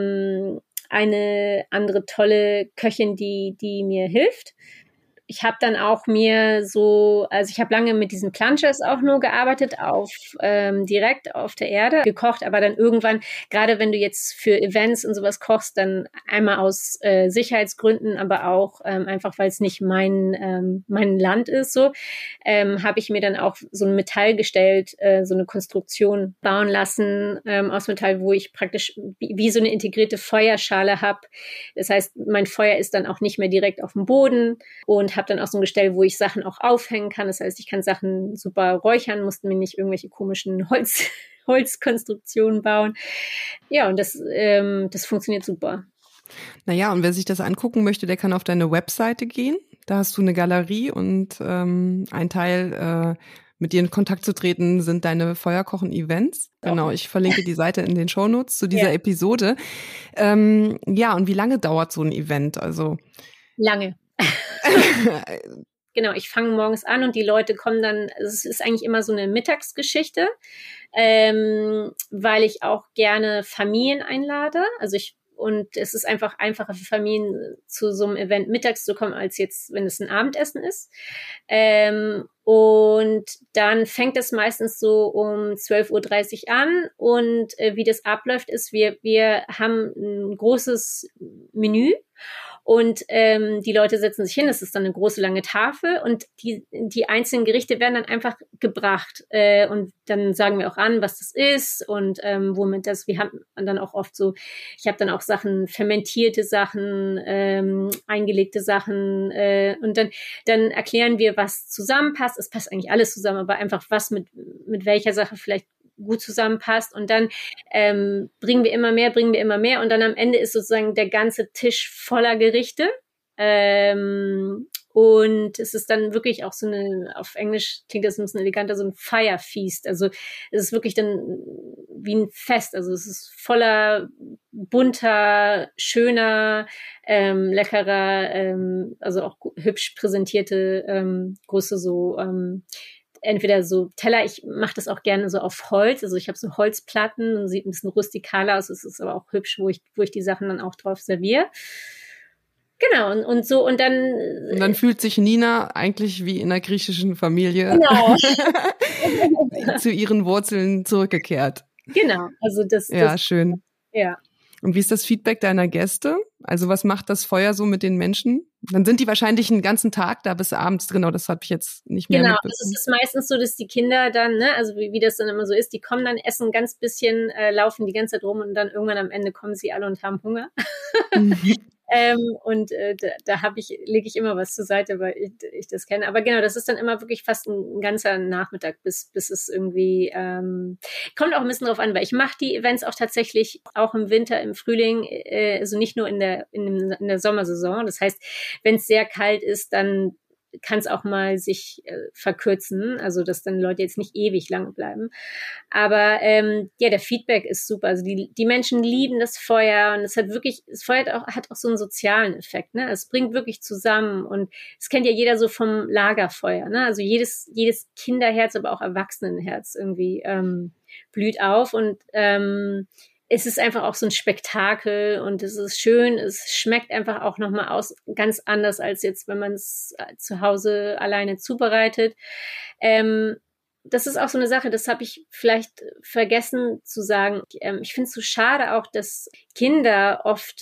eine andere tolle Köchin, die mir hilft. Ich habe dann auch also ich habe lange mit diesen Planchas auch nur gearbeitet, direkt auf der Erde gekocht, aber dann irgendwann, gerade wenn du jetzt für Events und sowas kochst, dann einmal aus Sicherheitsgründen, aber auch einfach, weil es nicht mein Land ist, so, habe ich mir dann auch so ein Metallgestell, so eine Konstruktion bauen lassen aus Metall, wo ich praktisch wie so eine integrierte Feuerschale habe. Das heißt, mein Feuer ist dann auch nicht mehr direkt auf dem Boden und habe dann auch so ein Gestell, wo ich Sachen auch aufhängen kann. Das heißt, ich kann Sachen super räuchern, musste mir nicht irgendwelche komischen Holzkonstruktionen bauen. Ja, und das funktioniert super. Naja, und wer sich das angucken möchte, der kann auf deine Webseite gehen. Da hast du eine Galerie und ein Teil, mit dir in Kontakt zu treten, sind deine Feuerkochen-Events. Genau, ich verlinke die Seite in den Shownotes zu dieser Episode. Ja, und wie lange dauert so ein Event? Also lange. Genau, ich fange morgens an und die Leute kommen dann, es ist eigentlich immer so eine Mittagsgeschichte, weil ich auch gerne Familien einlade. Und es ist einfach einfacher für Familien, zu so einem Event mittags zu kommen, als jetzt, wenn es ein Abendessen ist. Und dann fängt es meistens so um 12:30 Uhr an. Und wie das abläuft, ist, wir haben ein großes Menü. Und die Leute setzen sich hin, das ist dann eine große, lange Tafel und die einzelnen Gerichte werden dann einfach gebracht. Und dann sagen wir auch an, was das ist und womit das, wir haben dann auch oft so, ich habe dann auch Sachen, fermentierte Sachen, eingelegte Sachen und dann erklären wir, was zusammenpasst. Es passt eigentlich alles zusammen, aber einfach was mit welcher Sache vielleicht gut zusammenpasst und dann bringen wir immer mehr und dann am Ende ist sozusagen der ganze Tisch voller Gerichte und es ist dann wirklich auch so auf Englisch klingt das ein bisschen eleganter, so ein Fire Feast, also es ist wirklich dann wie ein Fest, also es ist voller bunter, schöner, leckerer, also auch hübsch präsentierte große so entweder so Teller, ich mache das auch gerne so auf Holz, also ich habe so Holzplatten und sieht ein bisschen rustikaler aus, es ist aber auch hübsch, wo ich die Sachen dann auch drauf serviere. Genau, und so, und dann... Und dann fühlt sich Nina eigentlich wie in einer griechischen Familie zu ihren Wurzeln zurückgekehrt. Genau, also das... Ja, schön. Ja. Und wie ist das Feedback deiner Gäste? Also was macht das Feuer so mit den Menschen? Dann sind die wahrscheinlich einen ganzen Tag da bis abends, genau, das habe ich jetzt nicht mehr mitbekommen. Genau, das ist meistens so, dass die Kinder dann, ne, also wie das dann immer so ist, die kommen dann, essen ganz bisschen, laufen die ganze Zeit rum und dann irgendwann am Ende kommen sie alle und haben Hunger. Da lege ich immer was zur Seite, weil ich das kenne. Aber genau, das ist dann immer wirklich fast ein ganzer Nachmittag, bis es irgendwie kommt auch ein bisschen drauf an, weil ich mache die Events auch tatsächlich auch im Winter, im Frühling, also nicht nur in der Sommersaison. Das heißt, wenn es sehr kalt ist, dann kann es auch mal sich verkürzen, also dass dann Leute jetzt nicht ewig lang bleiben. Aber ja, der Feedback ist super. Also die Menschen lieben das Feuer und das Feuer hat auch so einen sozialen Effekt, ne? Es bringt wirklich zusammen und es kennt ja jeder so vom Lagerfeuer, ne? Also jedes Kinderherz, aber auch Erwachsenenherz irgendwie blüht auf und es ist einfach auch so ein Spektakel und es ist schön. Es schmeckt einfach auch nochmal ganz anders als jetzt, wenn man es zu Hause alleine zubereitet. Das ist auch so eine Sache, das habe ich vielleicht vergessen zu sagen. Ich finde es so schade auch, dass Kinder oft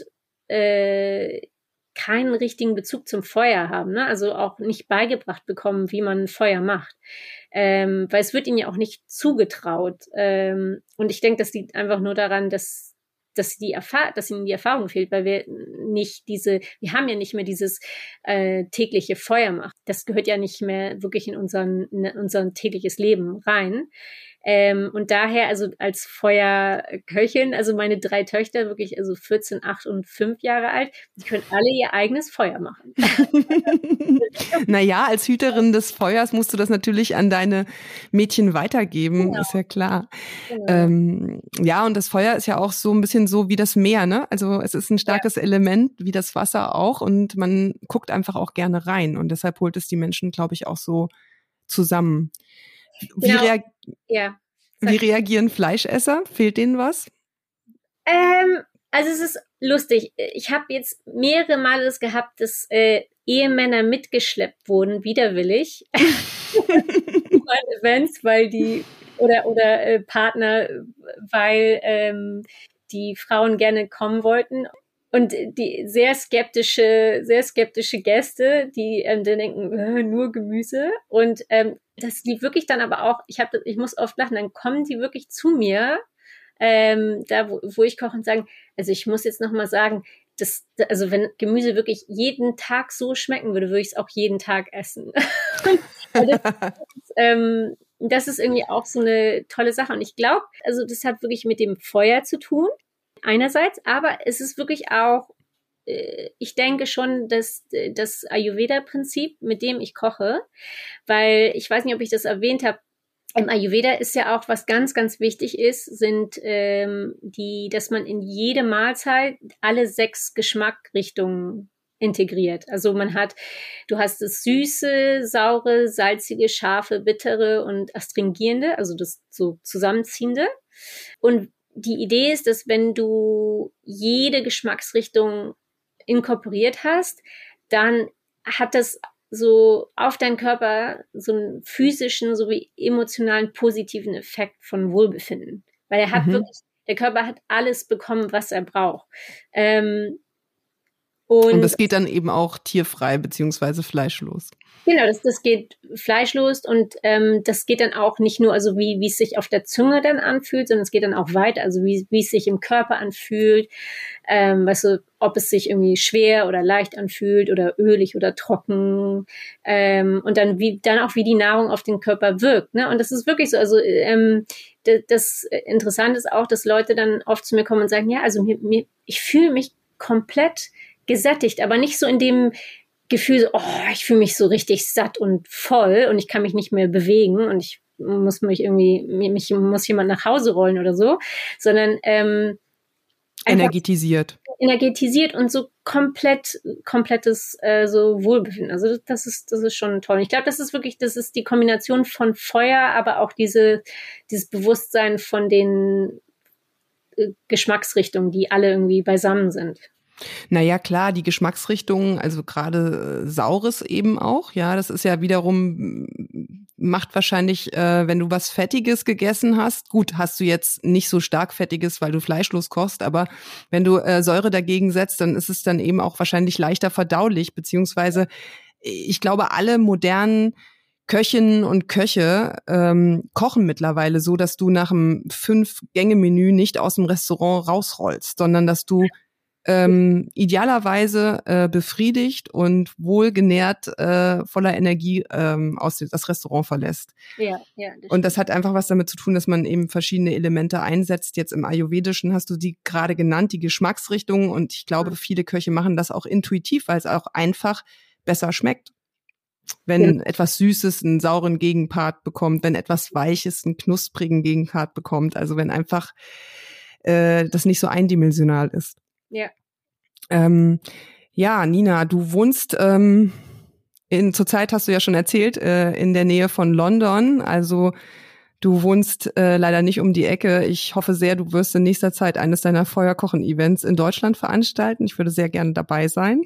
keinen richtigen Bezug zum Feuer haben, ne? Also auch nicht beigebracht bekommen, wie man Feuer macht. Weil es wird ihnen ja auch nicht zugetraut. Und ich denke, das liegt einfach nur daran, dass ihnen die Erfahrung fehlt, weil wir haben ja nicht mehr dieses tägliche Feuer machen. Das gehört ja nicht mehr wirklich in unser tägliches Leben rein. Und daher, also als Feuerköchin, also meine 3 Töchter, wirklich also 14, 8 und 5 Jahre alt, die können alle ihr eigenes Feuer machen. Naja, als Hüterin des Feuers musst du das natürlich an deine Mädchen weitergeben, genau. Ist ja klar. Genau. Ja, und das Feuer ist ja auch so ein bisschen so wie das Meer, ne? Also es ist ein starkes Element, wie das Wasser auch, und man guckt einfach auch gerne rein und deshalb holt es die Menschen, glaube ich, auch so zusammen. Genau. Wie reagieren Fleischesser? Fehlt denen was? Also es ist lustig. Ich habe jetzt mehrere Male das gehabt, dass Ehemänner mitgeschleppt wurden, widerwillig. Bei Events, weil oder Partner, weil die Frauen gerne kommen wollten. Und die sehr skeptische Gäste, die dann denken, nur Gemüse. Und dass die wirklich dann aber auch, ich muss oft lachen, dann kommen die wirklich zu mir, da wo ich koche und sagen, also ich muss jetzt nochmal sagen, also wenn Gemüse wirklich jeden Tag so schmecken würde ich es auch jeden Tag essen. Das ist irgendwie auch so eine tolle Sache. Und ich glaube, also das hat wirklich mit dem Feuer zu tun. Einerseits, aber es ist wirklich auch, ich denke schon, dass das Ayurveda-Prinzip, mit dem ich koche, weil ich weiß nicht, ob ich das erwähnt habe, im Ayurveda ist ja auch, was ganz, ganz wichtig ist, sind dass man in jede Mahlzeit alle 6 Geschmackrichtungen integriert. Also du hast das Süße, Saure, Salzige, Scharfe, Bittere und Astringierende, also das so Zusammenziehende. Und die Idee ist, dass wenn du jede Geschmacksrichtung inkorporiert hast, dann hat das so auf deinen Körper so einen physischen sowie emotionalen positiven Effekt von Wohlbefinden. Weil der Körper hat alles bekommen, was er braucht. Und das geht dann eben auch tierfrei beziehungsweise fleischlos. Genau, das geht fleischlos und das geht dann auch nicht nur, also wie es sich auf der Zunge dann anfühlt, sondern es geht dann auch weiter, also wie es sich im Körper anfühlt, weißt du, ob es sich irgendwie schwer oder leicht anfühlt oder ölig oder trocken und dann auch wie die Nahrung auf den Körper wirkt, ne? Und das ist wirklich so, also das Interessante ist auch, dass Leute dann oft zu mir kommen und sagen, ja, also ich fühle mich komplett gesättigt, aber nicht so in dem Gefühl, so, ich fühle mich so richtig satt und voll und ich kann mich nicht mehr bewegen und ich muss muss jemand nach Hause rollen oder so, sondern energetisiert und so komplettes so Wohlbefinden. Also das ist schon toll. Ich glaube, das ist die Kombination von Feuer, aber auch dieses Bewusstsein von den Geschmacksrichtungen, die alle irgendwie beisammen sind. Naja, klar, die Geschmacksrichtungen, also gerade Saures eben auch, ja, das ist ja wiederum, macht wahrscheinlich, wenn du was Fettiges gegessen hast, gut, hast du jetzt nicht so stark Fettiges, weil du fleischlos kochst, aber wenn du Säure dagegen setzt, dann ist es dann eben auch wahrscheinlich leichter verdaulich, beziehungsweise ich glaube, alle modernen Köchinnen und Köche kochen mittlerweile so, dass du nach einem 5-Gänge-Menü nicht aus dem Restaurant rausrollst, sondern dass du idealerweise befriedigt und wohlgenährt voller Energie das Restaurant verlässt. Ja. Und das hat einfach was damit zu tun, dass man eben verschiedene Elemente einsetzt. Jetzt im Ayurvedischen hast du die gerade genannt, die Geschmacksrichtungen. Und ich glaube, viele Köche machen das auch intuitiv, weil es auch einfach besser schmeckt. Wenn etwas Süßes einen sauren Gegenpart bekommt, wenn etwas Weiches einen knusprigen Gegenpart bekommt. Also wenn einfach das nicht so eindimensional ist. Ja. Ja, Nina, du wohnst zurzeit hast du ja schon erzählt, in der Nähe von London. Also du wohnst leider nicht um die Ecke. Ich hoffe sehr, du wirst in nächster Zeit eines deiner Feuerkochen-Events in Deutschland veranstalten. Ich würde sehr gerne dabei sein.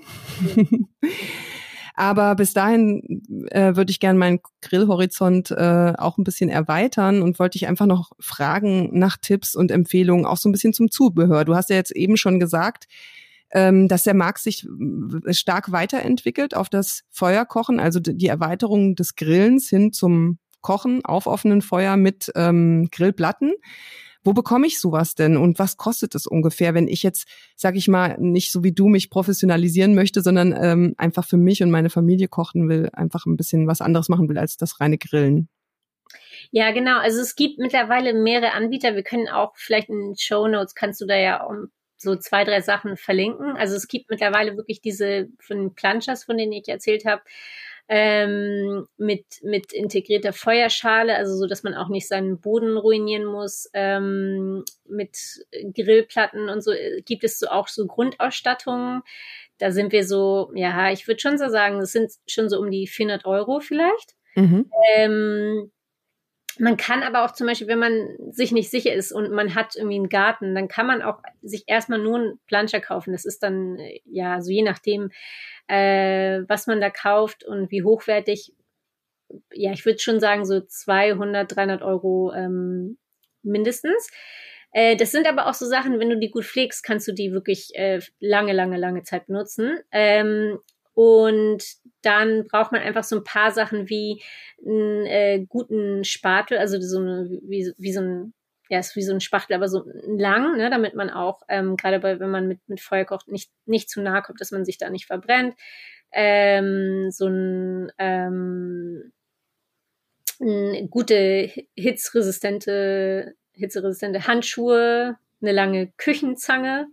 Aber bis dahin würde ich gerne meinen Grillhorizont auch ein bisschen erweitern und wollte dich einfach noch fragen nach Tipps und Empfehlungen, auch so ein bisschen zum Zubehör. Du hast ja jetzt eben schon gesagt, dass der Markt sich stark weiterentwickelt auf das Feuerkochen, also die Erweiterung des Grillens hin zum Kochen auf offenem Feuer mit Grillplatten. Wo bekomme ich sowas denn und was kostet es ungefähr, wenn ich jetzt, sag ich mal, nicht so wie du mich professionalisieren möchte, sondern einfach für mich und meine Familie kochen will, einfach ein bisschen was anderes machen will als das reine Grillen? Ja, genau. Also es gibt mittlerweile mehrere Anbieter. Wir können auch vielleicht in den Shownotes, kannst du da ja so 2, 3 Sachen verlinken. Also es gibt mittlerweile wirklich diese von den Planchas, von denen ich erzählt habe, mit integrierter Feuerschale, also so, dass man auch nicht seinen Boden ruinieren muss. Mit Grillplatten und so gibt es so auch so Grundausstattungen. Da sind wir so, ja, ich würde schon so sagen, das sind schon so um die 400 € vielleicht. Man kann aber auch zum Beispiel, wenn man sich nicht sicher ist und man hat irgendwie einen Garten, dann kann man auch sich erstmal nur einen Planscher kaufen. Das ist dann, ja, so je nachdem, was man da kauft und wie hochwertig. Ja, ich würde schon sagen, so 200, 300 € mindestens. Das sind aber auch so Sachen, wenn du die gut pflegst, kannst du die wirklich lange Zeit benutzen. Und dann braucht man einfach so ein paar Sachen wie einen guten Spatel, also so eine, wie so ein, ja, ist wie so ein Spachtel, aber so lang, ne, damit man auch, gerade wenn man mit Feuer kocht, nicht zu nahe kommt, dass man sich da nicht verbrennt. So ein gute hitzeresistente Handschuhe, eine lange Küchenzange.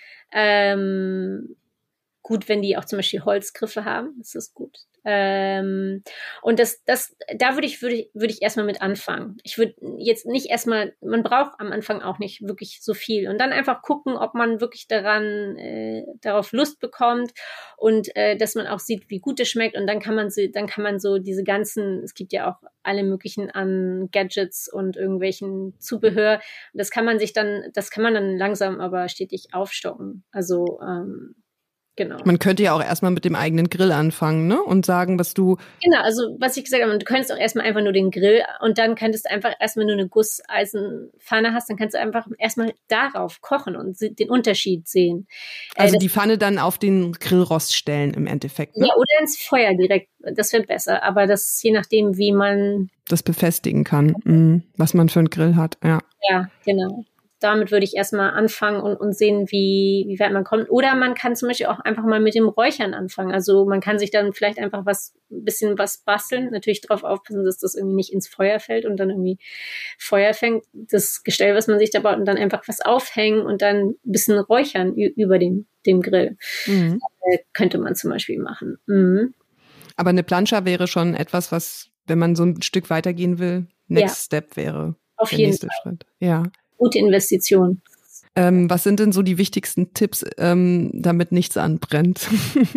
Gut, wenn die auch zum Beispiel Holzgriffe haben, das ist gut. Und da würde ich erstmal mit anfangen. Ich würde jetzt nicht erstmal, man braucht am Anfang auch nicht wirklich so viel und dann einfach gucken, ob man wirklich darauf Lust bekommt und dass man auch sieht, wie gut es schmeckt und dann kann man so diese ganzen, es gibt ja auch alle möglichen an Gadgets und irgendwelchen Zubehör. Und das kann man dann langsam aber stetig aufstocken. Also genau. Man könnte ja auch erstmal mit dem eigenen Grill anfangen, ne? Und sagen, was du... Genau, also was ich gesagt habe, du könntest auch erstmal einfach nur den Grill und dann könntest du einfach erstmal nur eine Gusseisenpfanne hast, dann kannst du einfach erstmal darauf kochen und den Unterschied sehen. Also die Pfanne dann auf den Grillrost stellen im Endeffekt, ne? Ja, oder ins Feuer direkt, das wird besser. Aber das je nachdem, wie man... das befestigen kann, was man für einen Grill hat, ja. Ja, genau. Damit würde ich erstmal anfangen und sehen, wie weit man kommt. Oder man kann zum Beispiel auch einfach mal mit dem Räuchern anfangen. Also man kann sich dann vielleicht einfach ein bisschen was basteln. Natürlich darauf aufpassen, dass das irgendwie nicht ins Feuer fällt und dann irgendwie Feuer fängt. Das Gestell, was man sich da baut und dann einfach was aufhängen und dann ein bisschen räuchern über dem Grill. Könnte man zum Beispiel machen. Aber eine Plancha wäre schon etwas, was, wenn man so ein Stück weitergehen will, Next Step wäre. Auf jeden Fall. Schritt. Ja. Gute Investition. Was sind denn so die wichtigsten Tipps, damit nichts anbrennt?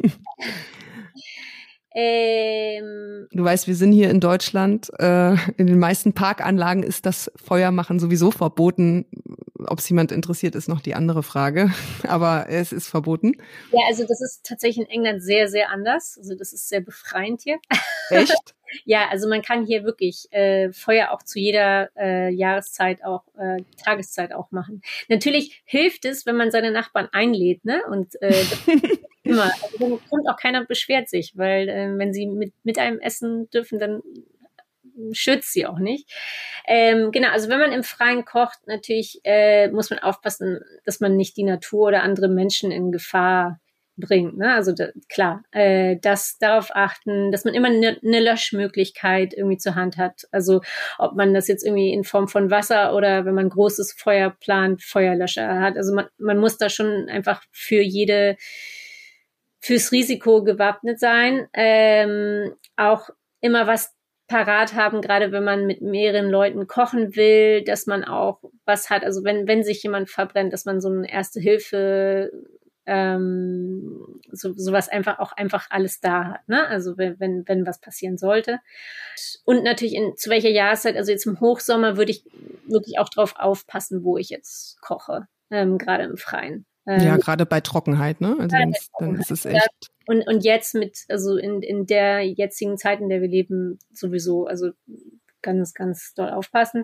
Du weißt, wir sind hier in Deutschland. In den meisten Parkanlagen ist das Feuermachen sowieso verboten. Ob es jemand interessiert, ist noch die andere Frage. Aber es ist verboten. Ja, also das ist tatsächlich in England sehr, sehr anders. Also das ist sehr befreiend hier. Echt? Ja, also man kann hier wirklich Feuer auch zu jeder Jahreszeit, auch Tageszeit auch machen. Natürlich hilft es, wenn man seine Nachbarn einlädt, ne? Und immer. Also dann kommt auch keiner, beschwert sich, weil wenn sie mit einem essen dürfen, dann schützt sie auch nicht. Genau, also wenn man im Freien kocht, natürlich muss man aufpassen, dass man nicht die Natur oder andere Menschen in Gefahr bringt. Ne? Also klar, das darauf achten, dass man immer eine Löschmöglichkeit irgendwie zur Hand hat. Also ob man das jetzt irgendwie in Form von Wasser oder wenn man großes Feuer plant, Feuerlöscher hat. Also man muss da schon einfach fürs Risiko gewappnet sein. Auch immer was parat haben, gerade wenn man mit mehreren Leuten kochen will, dass man auch was hat. Also wenn sich jemand verbrennt, dass man so eine Erste Hilfe sowas einfach alles da hat, ne? Also wenn was passieren sollte. Und natürlich zu welcher Jahreszeit, also jetzt im Hochsommer würde ich wirklich auch drauf aufpassen, wo ich jetzt koche, gerade im Freien. Ja, gerade bei Trockenheit, ne? Also dann ist es echt. Und jetzt also in der jetzigen Zeit, in der wir leben, sowieso, also ganz, ganz doll aufpassen.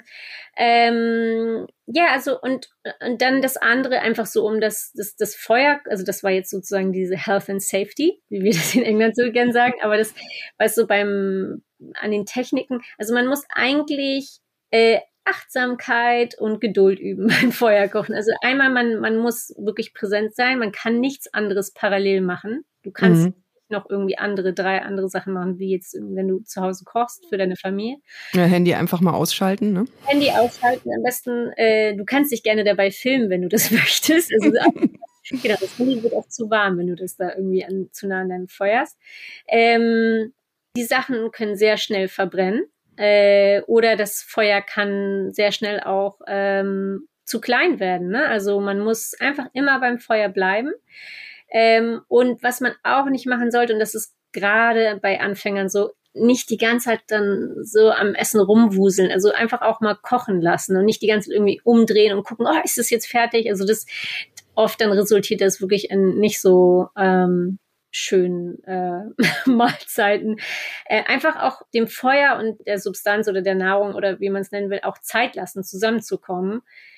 Ja, also und dann das andere einfach so um das Feuer, also das war jetzt sozusagen diese Health and Safety, wie wir das in England so gern sagen, aber das, weißt du, an den Techniken, also man muss eigentlich Achtsamkeit und Geduld üben beim Feuerkochen. Also einmal, man muss wirklich präsent sein, man kann nichts anderes parallel machen. Du kannst noch irgendwie 3 andere Sachen machen, wie jetzt, wenn du zu Hause kochst für deine Familie. Ja, Handy einfach mal ausschalten, ne? Handy ausschalten, am besten, du kannst dich gerne dabei filmen, wenn du das möchtest. Also, genau, das Handy wird auch zu warm, wenn du das da irgendwie zu nah an deinem Feuer hast. Die Sachen können sehr schnell verbrennen. Oder das Feuer kann sehr schnell auch zu klein werden. Ne? Also man muss einfach immer beim Feuer bleiben. Und was man auch nicht machen sollte, und das ist gerade bei Anfängern so, nicht die ganze Zeit dann so am Essen rumwuseln. Also einfach auch mal kochen lassen und nicht die ganze Zeit irgendwie umdrehen und gucken, oh, ist das jetzt fertig? Also das oft dann resultiert das wirklich in nicht so schönen Mahlzeiten. Einfach auch dem Feuer und der Substanz oder der Nahrung oder wie man es nennen will, auch Zeit lassen, zusammenzukommen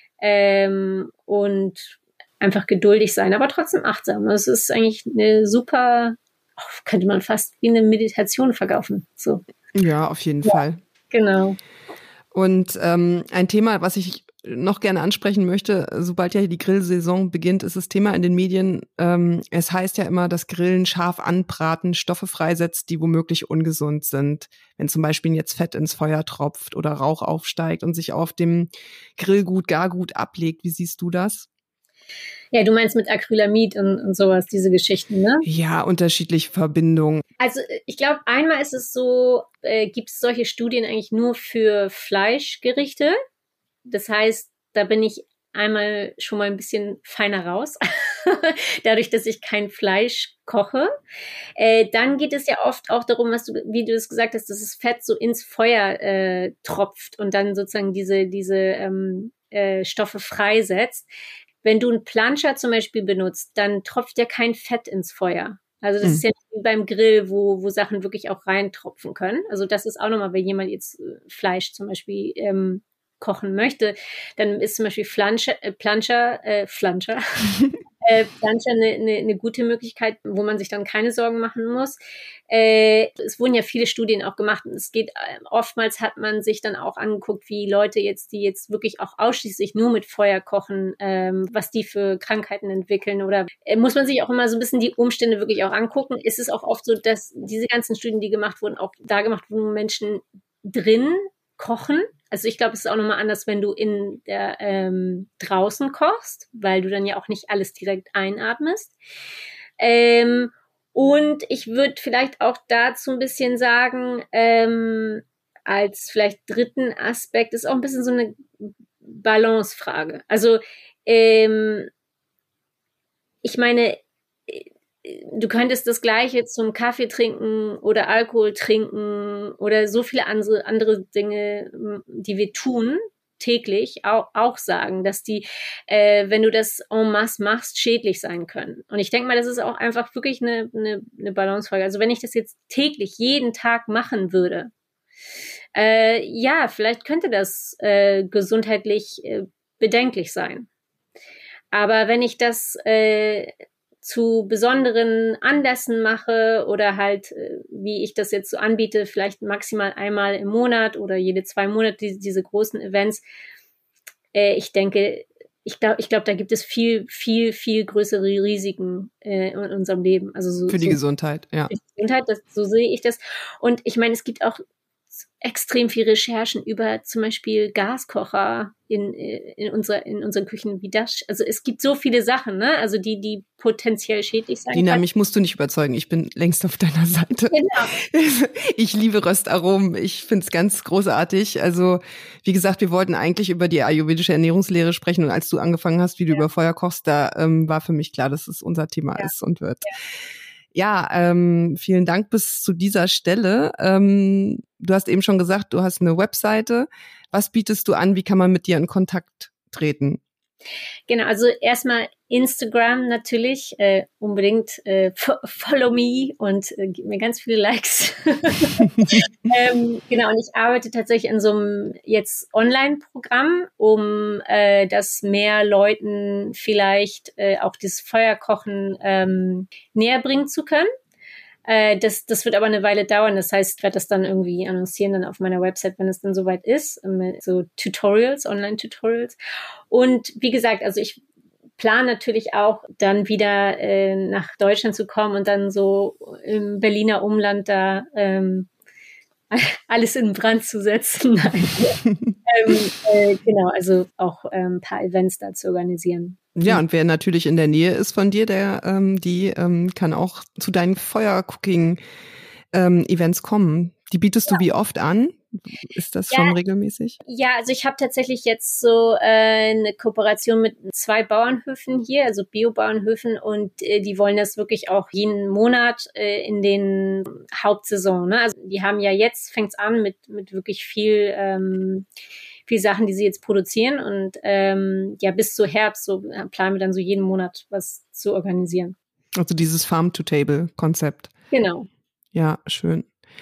und einfach geduldig sein, aber trotzdem achtsam. Das ist eigentlich eine super, könnte man fast wie eine Meditation verkaufen. So. Ja, auf jeden Fall. Genau. Und ein Thema, was ich noch gerne ansprechen möchte, sobald ja die Grillsaison beginnt, ist das Thema in den Medien. Es heißt ja immer, dass Grillen scharf anbraten Stoffe freisetzt, die womöglich ungesund sind. Wenn zum Beispiel jetzt Fett ins Feuer tropft oder Rauch aufsteigt und sich auf dem Grillgut gar gut ablegt. Wie siehst du das? Ja, du meinst mit Acrylamid und sowas, diese Geschichten, ne? Ja, unterschiedliche Verbindungen. Also ich glaube, einmal ist es so, gibt es solche Studien eigentlich nur für Fleischgerichte. Das heißt, da bin ich einmal schon mal ein bisschen feiner raus, dadurch, dass ich kein Fleisch koche. Dann geht es ja oft auch darum, wie du das gesagt hast, dass das Fett so ins Feuer tropft und dann sozusagen diese Stoffe freisetzt. Wenn du einen Planscher zum Beispiel benutzt, dann tropft ja kein Fett ins Feuer. Also das ist ja nicht wie beim Grill, wo Sachen wirklich auch reintropfen können. Also das ist auch nochmal, wenn jemand jetzt Fleisch zum Beispiel kochen möchte, dann ist zum Beispiel Planscher eine gute Möglichkeit, wo man sich dann keine Sorgen machen muss. Es wurden ja viele Studien auch gemacht und es geht, oftmals hat man sich dann auch angeguckt, wie Leute die jetzt wirklich auch ausschließlich nur mit Feuer kochen, was die für Krankheiten entwickeln oder muss man sich auch immer so ein bisschen die Umstände wirklich auch angucken. Ist es auch oft so, dass diese ganzen Studien, die gemacht wurden, auch da gemacht wurden, wo Menschen drin kochen. Also ich glaube, es ist auch nochmal anders, wenn du in der draußen kochst, weil du dann ja auch nicht alles direkt einatmest. Und ich würde vielleicht auch dazu ein bisschen sagen, als vielleicht dritten Aspekt, ist auch ein bisschen so eine Balancefrage. Also ich meine, du könntest das Gleiche zum Kaffee trinken oder Alkohol trinken oder so viele andere Dinge, die wir tun, täglich auch sagen, dass die, wenn du das en masse machst, schädlich sein können. Und ich denke mal, das ist auch einfach wirklich eine Balancefrage. Also wenn ich das jetzt täglich, jeden Tag machen würde, ja, vielleicht könnte das gesundheitlich bedenklich sein. Aber wenn ich das zu besonderen Anlässen mache oder halt, wie ich das jetzt so anbiete, vielleicht maximal einmal im Monat oder jede 2 Monate diese großen Events. Ich denke, ich glaube, da gibt es viel, viel, viel größere Risiken in unserem Leben. Also für die Gesundheit, ja. Für die Gesundheit, so sehe ich das. Und ich meine, es gibt auch extrem viel Recherchen über zum Beispiel Gaskocher in unseren Küchen, wie das. Also es gibt so viele Sachen, ne? Also die potenziell schädlich sein Dina, können. mich musst du nicht überzeugen. Ich bin längst auf deiner Seite. Genau. Ich liebe Röstaromen. Ich finde es ganz großartig. Also wie gesagt, wir wollten eigentlich über die ayurvedische Ernährungslehre sprechen. Und als du angefangen hast, wie du über Feuer kochst, da war für mich klar, dass es unser Thema ist und wird. Ja, vielen Dank bis zu dieser Stelle. Du hast eben schon gesagt, du hast eine Webseite. Was bietest du an? Wie kann man mit dir in Kontakt treten? Genau, also erstmal Instagram natürlich, unbedingt follow me und gib mir ganz viele Likes. Genau, und ich arbeite tatsächlich an so einem jetzt Online-Programm, um das mehr Leuten vielleicht auch dieses Feuerkochen näher bringen zu können. Das wird aber eine Weile dauern. Das heißt, ich werde das dann irgendwie annoncieren dann auf meiner Website, wenn es dann soweit ist, mit so Tutorials, Online-Tutorials. Und wie gesagt, also ich plane natürlich auch dann wieder nach Deutschland zu kommen und dann so im Berliner Umland da alles in Brand zu setzen. Genau, also auch ein paar Events da zu organisieren. Ja, und wer natürlich in der Nähe ist von dir, der kann auch zu deinen Feuer-Cooking-Events kommen. Die bietest du wie oft an? Ist das schon regelmäßig? Ja, also ich habe tatsächlich jetzt so eine Kooperation mit 2 Bauernhöfen hier, also Bio-Bauernhöfen, und die wollen das wirklich auch jeden Monat in den Hauptsaison. Ne? Also die haben ja jetzt, fängt's an mit wirklich viel Sachen, die sie jetzt produzieren, und bis zu Herbst so planen wir dann so jeden Monat was zu organisieren. Also dieses Farm-to-Table-Konzept. Genau. Ja, schön.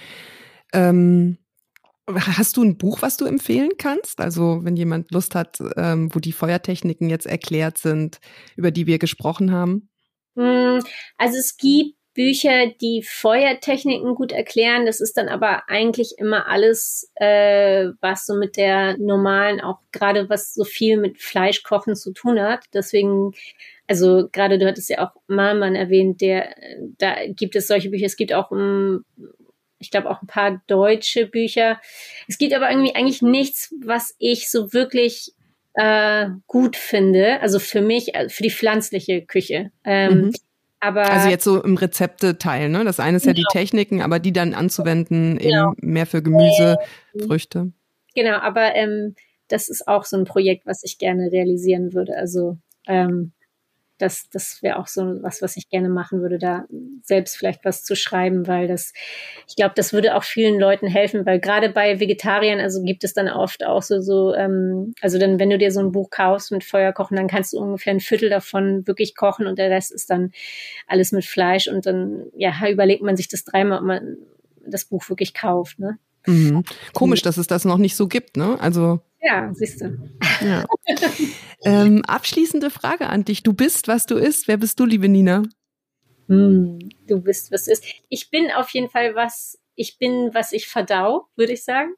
Hast du ein Buch, was du empfehlen kannst? Also wenn jemand Lust hat, wo die Feuertechniken jetzt erklärt sind, über die wir gesprochen haben? Also es gibt Bücher, die Feuertechniken gut erklären. Das ist dann aber eigentlich immer alles, was so mit der normalen, auch gerade was so viel mit Fleischkochen zu tun hat. Deswegen, also gerade du hattest ja auch Malmann erwähnt, da gibt es solche Bücher. Es gibt auch ich glaube auch ein paar deutsche Bücher. Es gibt aber irgendwie eigentlich nichts, was ich so wirklich gut finde. Also für mich, für die pflanzliche Küche. Aber also jetzt so im Rezepteteil, ne? Das eine ist ja die Techniken, aber die dann anzuwenden eben mehr für Gemüse, Früchte. Genau, aber das ist auch so ein Projekt, was ich gerne realisieren würde. Also das wäre auch so was ich gerne machen würde, da selbst vielleicht was zu schreiben, weil ich glaube, das würde auch vielen Leuten helfen, weil gerade bei Vegetariern, also gibt es dann oft auch so also dann, wenn du dir so ein Buch kaufst mit Feuerkochen, dann kannst du ungefähr 1/4 davon wirklich kochen und der Rest ist dann alles mit Fleisch, und dann überlegt man sich das dreimal, ob man das Buch wirklich kauft, ne? Mhm. Komisch, dass es das noch nicht so gibt, ne? Also ja, siehst du. Ja. Abschließende Frage an dich. Du bist, was du isst. Wer bist du, liebe Nina? Du bist, was du isst. Ich bin auf jeden Fall was ich verdau, würde ich sagen.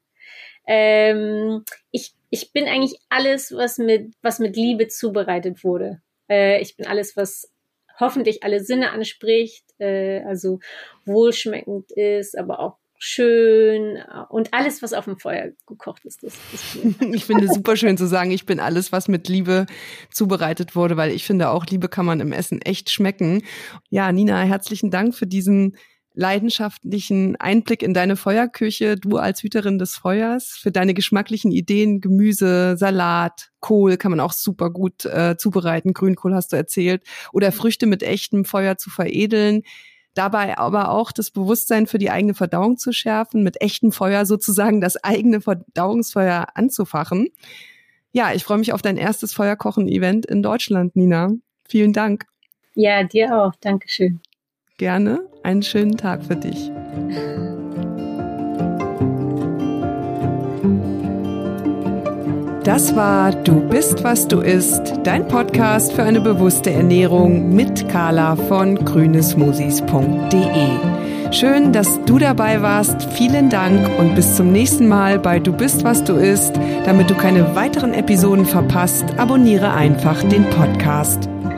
Ich bin eigentlich alles, was mit Liebe zubereitet wurde. Ich bin alles, was hoffentlich alle Sinne anspricht, also wohlschmeckend ist, aber auch schön, und alles, was auf dem Feuer gekocht ist. Ich finde es super schön zu sagen, ich bin alles, was mit Liebe zubereitet wurde, weil ich finde auch, Liebe kann man im Essen echt schmecken. Ja, Nina, herzlichen Dank für diesen leidenschaftlichen Einblick in deine Feuerküche, du als Hüterin des Feuers, für deine geschmacklichen Ideen, Gemüse, Salat, Kohl kann man auch super gut zubereiten, Grünkohl hast du erzählt, oder Früchte mit echtem Feuer zu veredeln. Dabei aber auch das Bewusstsein für die eigene Verdauung zu schärfen, mit echtem Feuer sozusagen das eigene Verdauungsfeuer anzufachen. Ja, ich freue mich auf dein erstes Feuerkochen-Event in Deutschland, Nina. Vielen Dank. Ja, dir auch. Dankeschön. Gerne. Einen schönen Tag für dich. Das war Du bist, was du isst, dein Podcast für eine bewusste Ernährung mit Carla von grünesmoothies.de. Schön, dass du dabei warst. Vielen Dank und bis zum nächsten Mal bei Du bist, was du isst. Damit du keine weiteren Episoden verpasst, abonniere einfach den Podcast.